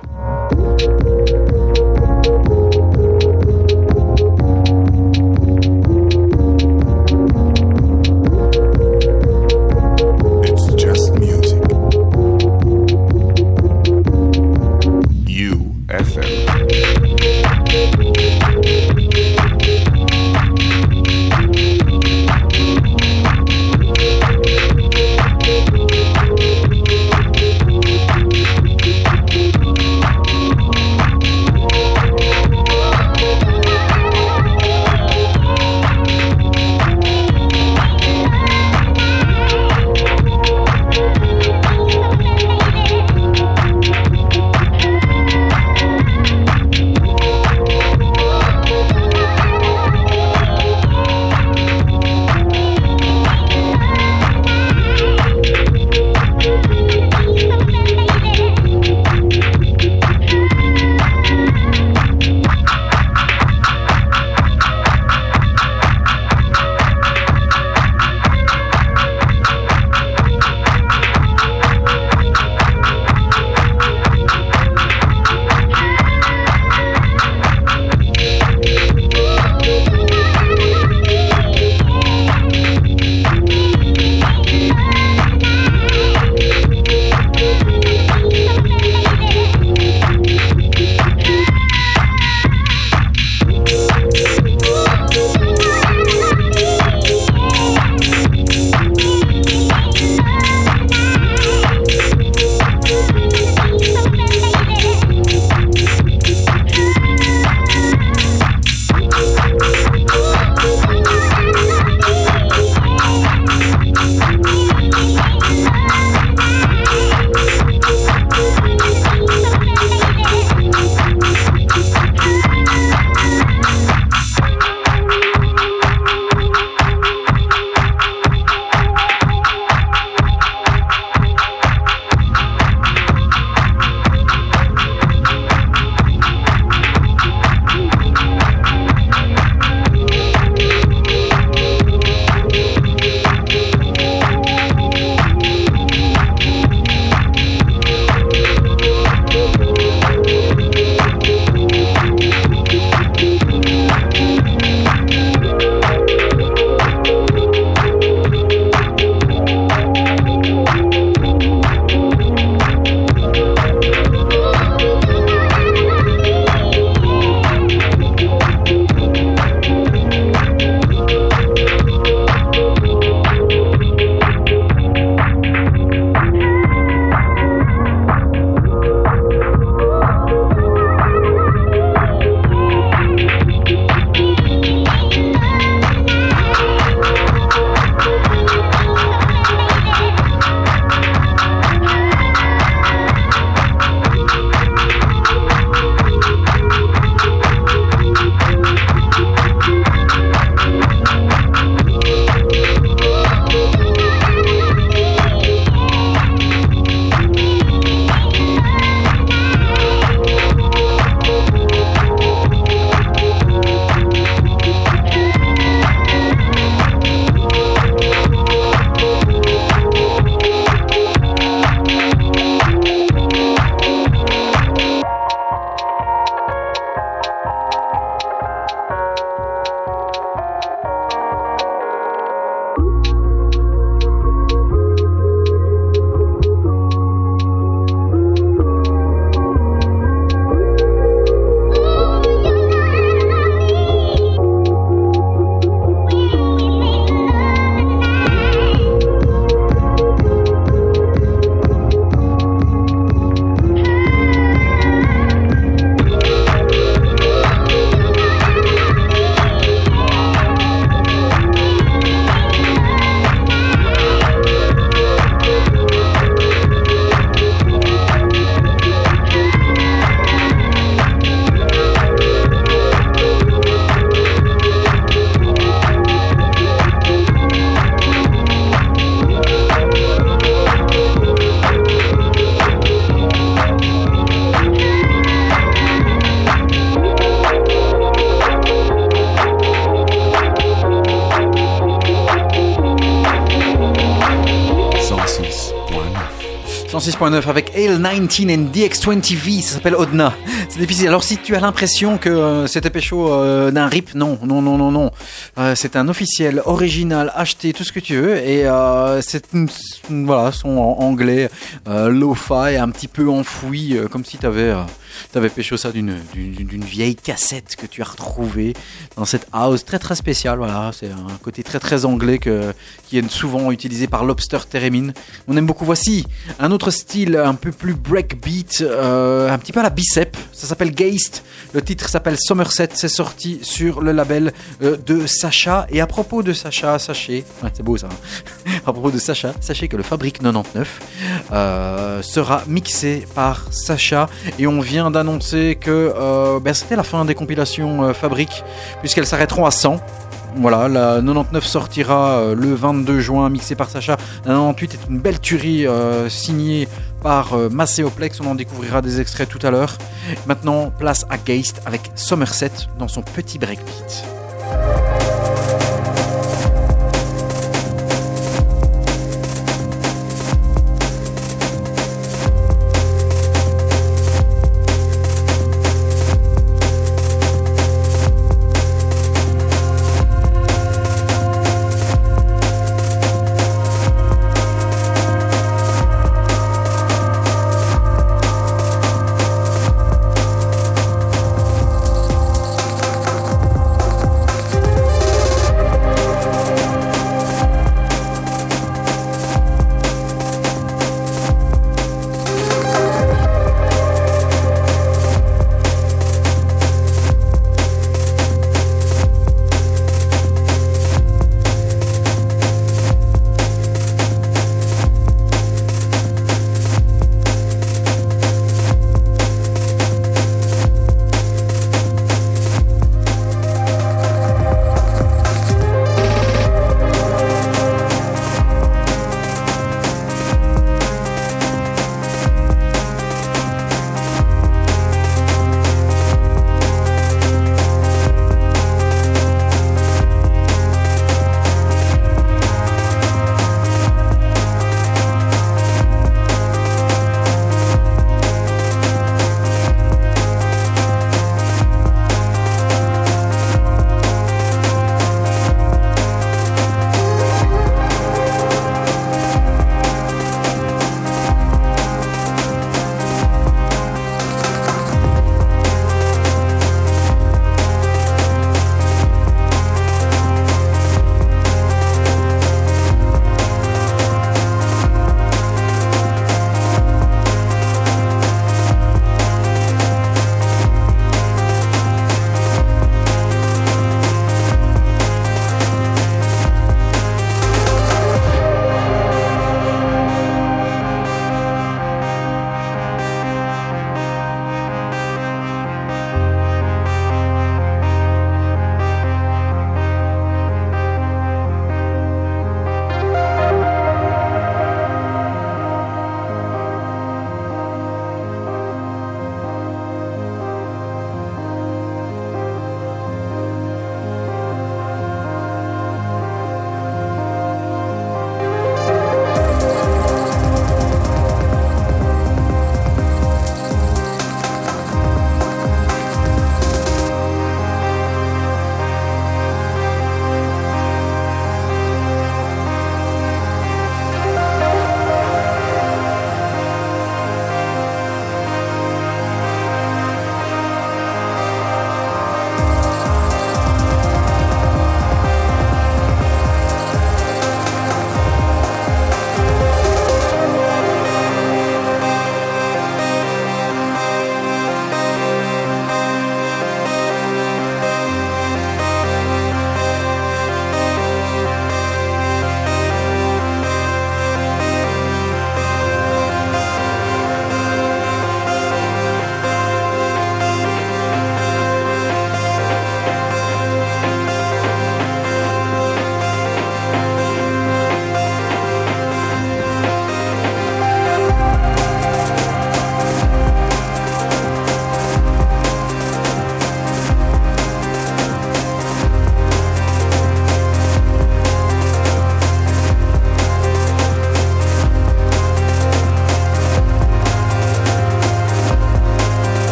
106.9 avec Ale19 and DX20V, ça s'appelle Odna. C'est difficile. Alors si tu as l'impression que c'était pécho d'un rip, non. C'est un officiel, original, acheté, tout ce que tu veux. Et c'est voilà, son en anglais, lo-fi, un petit peu enfoui, comme si t'avais pécho ça d'une vieille cassette que tu as retrouvée dans cette house très très spéciale. Voilà, c'est un côté très très anglais qui est souvent utilisé par Lobster Theremin. On aime beaucoup. Voici un autre style un peu plus breakbeat, un petit peu à la Bicep. Ça s'appelle Geist. Le titre s'appelle Somerset. C'est sorti sur le label de Sacha. Et à propos de Sacha, sachez, ouais, c'est beau ça. À propos de Sacha, sachez que le Fabrique 99 sera mixé par Sacha. Et on vient d'annoncer que c'était la fin des compilations Fabrique, puisqu'elles s'arrêteront à 100. Voilà, la 99 sortira le 22 juin, mixée par Sacha. La 98 est une belle tuerie signée par Macéoplex. On en découvrira des extraits tout à l'heure. Maintenant, place à Geist avec Somerset dans son petit breakbeat.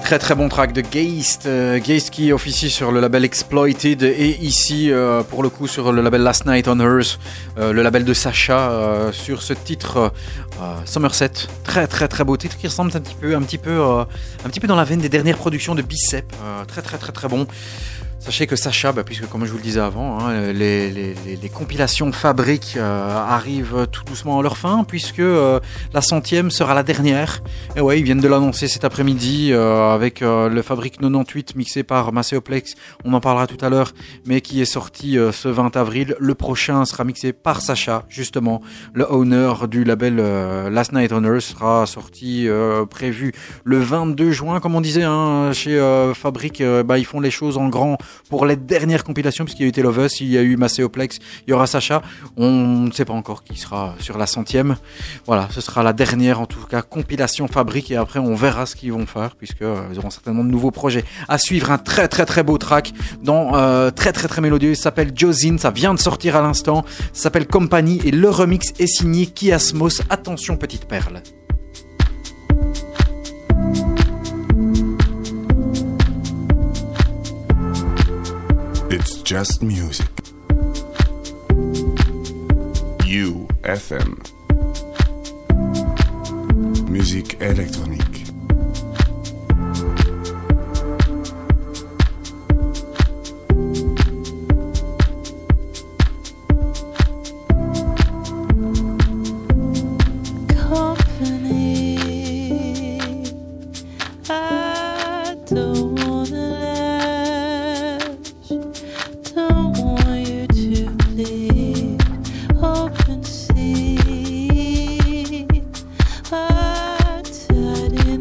très très bon track de Geist. Geist qui officie sur le label Exploited et ici pour le coup sur le label Last Night on Earth, le label de Sacha sur ce titre Somerset. Très très très beau titre qui ressemble un petit peu dans la veine des dernières productions de Bicep. Très très très très bon. Sachez que Sacha, puisque comme je vous le disais avant, les compilations Fabrique arrivent tout doucement à leur fin, puisque la 100e sera la dernière. Et ouais, ils viennent de l'annoncer cet après-midi avec le Fabrique 98 mixé par Macéoplex. On en parlera tout à l'heure, mais qui est sorti ce 20 avril. Le prochain sera mixé par Sacha, justement. Le owner du label Last Night on Earth sera sorti prévu le 22 juin, comme on disait, chez Fabrique. Ils font les choses en grand pour les dernières compilations, puisqu'il y a eu Tale of Us, il y a eu Macéoplex, il y aura Sacha. On ne sait pas encore qui sera sur la 100e. Voilà, ce sera la dernière, en tout cas, compilation Fabrique. Et après, on verra ce qu'ils vont faire, puisqu'ils auront certainement de nouveaux projets à suivre. Un très très très beau track, très très très mélodieux. Il s'appelle Josin, ça vient de sortir à l'instant. Ça s'appelle Company et le remix est signé Kiasmos. Attention, petite perle. It's just music. UFM. Musique électronique. Open sea, I tied in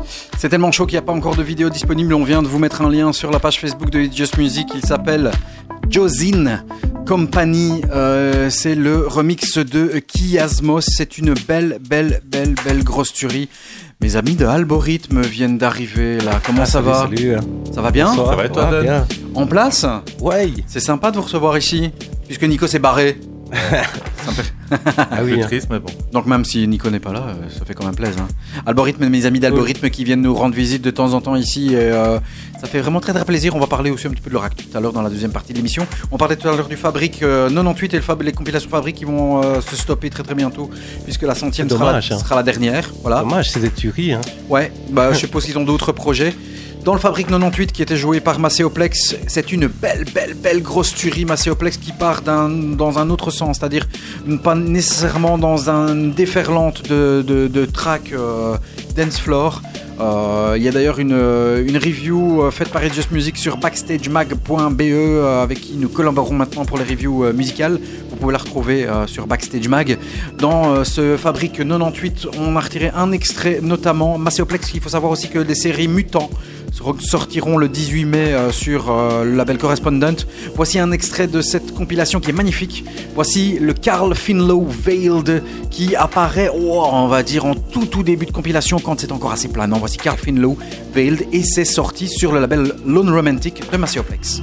C'est tellement chaud qu'il n'y a pas encore de vidéo disponible. On vient de vous mettre un lien sur la page Facebook de It's Just Music. Il s'appelle Josine Company. C'est le remix de Kiasmos. C'est une belle grosse tuerie. Mes amis de Algorithme viennent d'arriver là. Comment ça va? Salut. Ça va bien? Bonsoir. Ça va et toi, Dan? Bien. En place? Ouais. C'est sympa de vous recevoir ici, puisque Nico s'est barré. Ah oui, triste, mais bon. Donc même si Nico n'est pas là, ça fait quand même plaisir. Hein. Algorithme, mes amis d'Algorithme qui viennent nous rendre visite de temps en temps ici, et ça fait vraiment très plaisir. On va parler aussi un petit peu de leur actu tout à l'heure dans la deuxième partie de l'émission. On parlait tout à l'heure du Fabrique 98 et les compilations Fabrique qui vont se stopper très bientôt, puisque la 100e sera la dernière. Voilà. Dommage, c'est des tueries. Hein. Ouais, je suppose qu'ils ont d'autres projets. Dans le Fabrique 98 qui était joué par Macéoplex, c'est une belle grosse tuerie Macéoplex qui part dans un autre sens, c'est-à-dire pas nécessairement dans un déferlante de track dance floor. Il y a d'ailleurs une review faite par It's Just Music sur backstagemag.be avec qui nous collaborons maintenant pour les reviews musicales. Vous pouvez la retrouver sur Backstage Mag. Dans ce Fabrique 98, on a retiré un extrait notamment Macéoplex. Il faut savoir aussi que les séries Mutants sortiront le 18 mai sur le label Correspondent. Voici un extrait de cette compilation qui est magnifique. Voici le Carl Finlow Veiled qui apparaît, on va dire, en tout début de compilation quand c'est encore assez planant. Voici Carl Finlow Veiled et c'est sorti sur le label Lone Romantic de Macéoplex.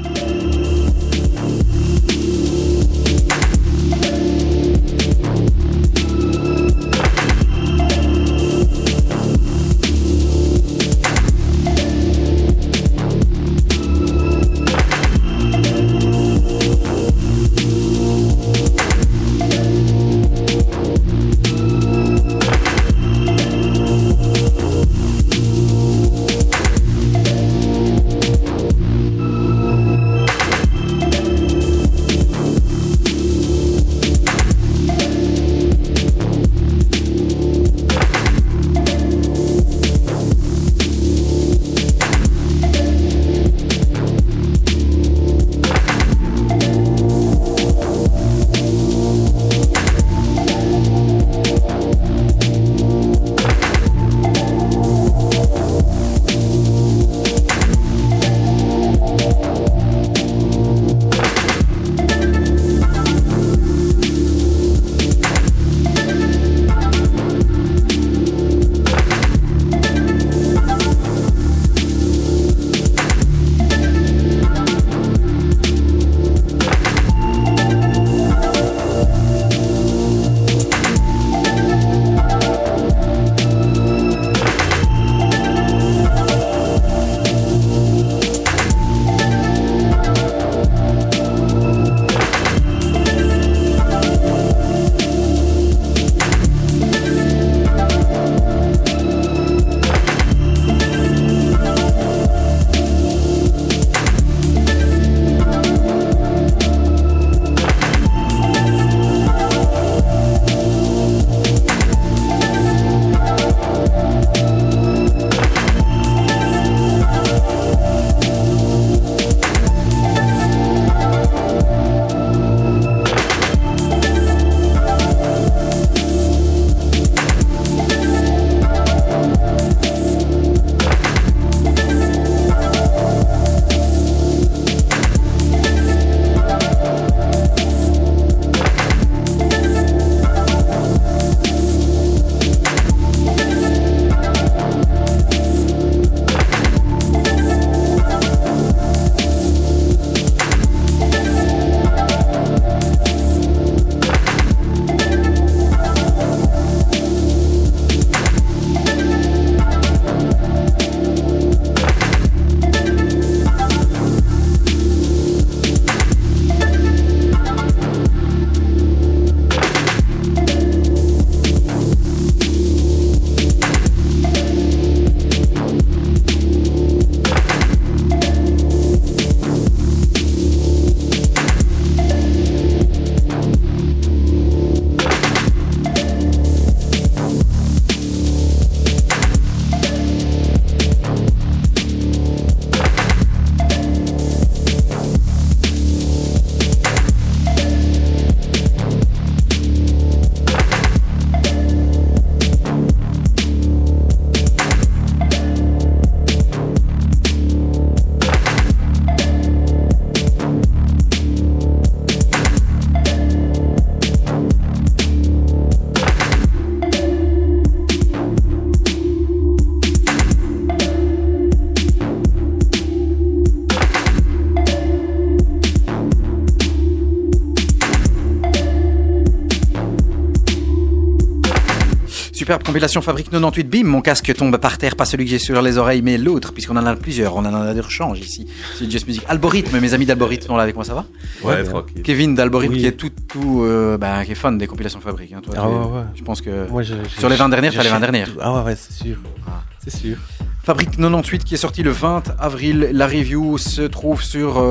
superbe compilation Fabrique 98. Bim, mon casque tombe par terre, pas celui que j'ai sur les oreilles, mais l'autre, puisqu'on en a plusieurs. On en a de rechange ici. C'est Just Music. Algorithme, mes amis d'Algorithme sont là avec moi, ça va? Ouais, tranquille. Kevin d'Algorithme qui est qui est fan des compilations Fabrique. Hein, toi, ouais. Je pense que moi, sur les 20 dernières, t'as les 20 dernières. Ah ouais, c'est sûr. Ah. C'est sûr. Fabrique 98 qui est sorti le 20 avril. La review se trouve sur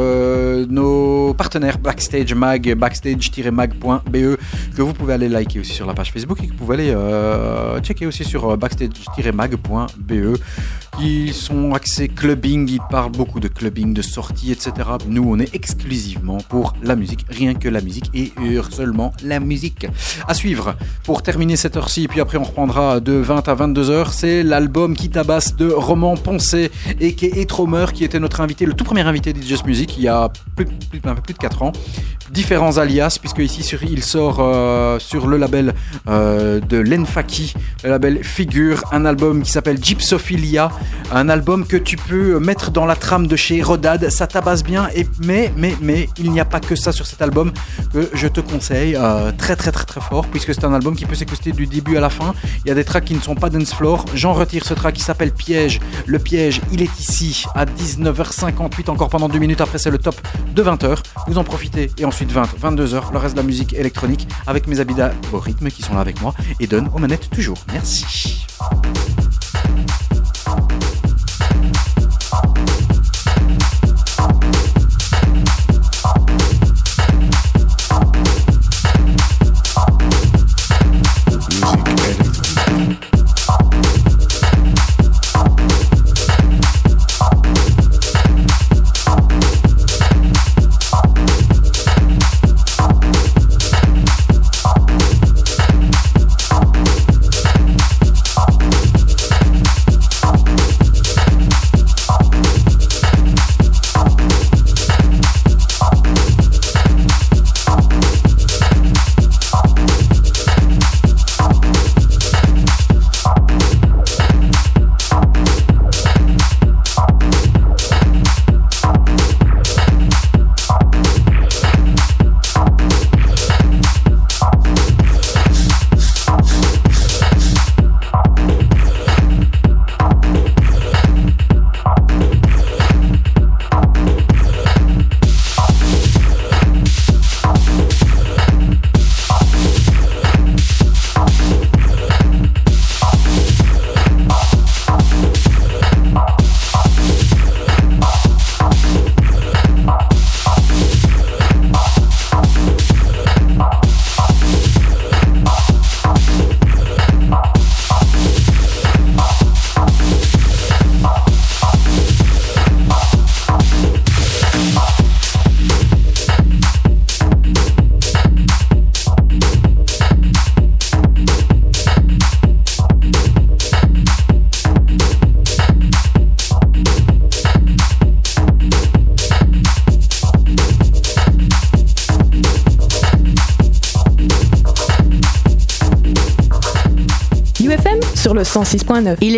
nos partenaires Backstage Mag, backstage-mag.be, que vous pouvez aller liker aussi sur la page Facebook et que vous pouvez aller checker aussi sur backstage-mag.be, qui sont axés clubbing. Ils parlent beaucoup de clubbing, de sorties, etc. Nous, on est exclusivement pour la musique, rien que la musique et seulement la musique. À suivre pour terminer cette heure-ci, puis après on reprendra de 20 à 22h. C'est l'album qui tabasse de Roman Poncé et qui est Etromer, qui était notre invité, le tout premier invité de Just Music il y a un peu plus de 4 ans. Différents alias, puisque ici il sort sur le label de Lenfaki, le label Figure, un album qui s'appelle Gypsophilia, un album que tu peux mettre dans la trame de chez Rodad, ça tabasse bien, mais il n'y a pas que ça sur cet album que je te conseille très fort, puisque c'est un album qui peut s'écouter du début à la fin. Il y a des tracks qui ne sont pas dance floor. J'en retire ce track qui s'appelle Piège. Le piège, il est ici à 19h58, encore pendant 2 minutes. Après, c'est le top de 20h. Vous en profitez. Et ensuite, 22h, le reste de la musique électronique avec mes habits d'algorithme qui sont là avec moi et donnent aux manettes toujours. Merci. UFM sur le 106.9.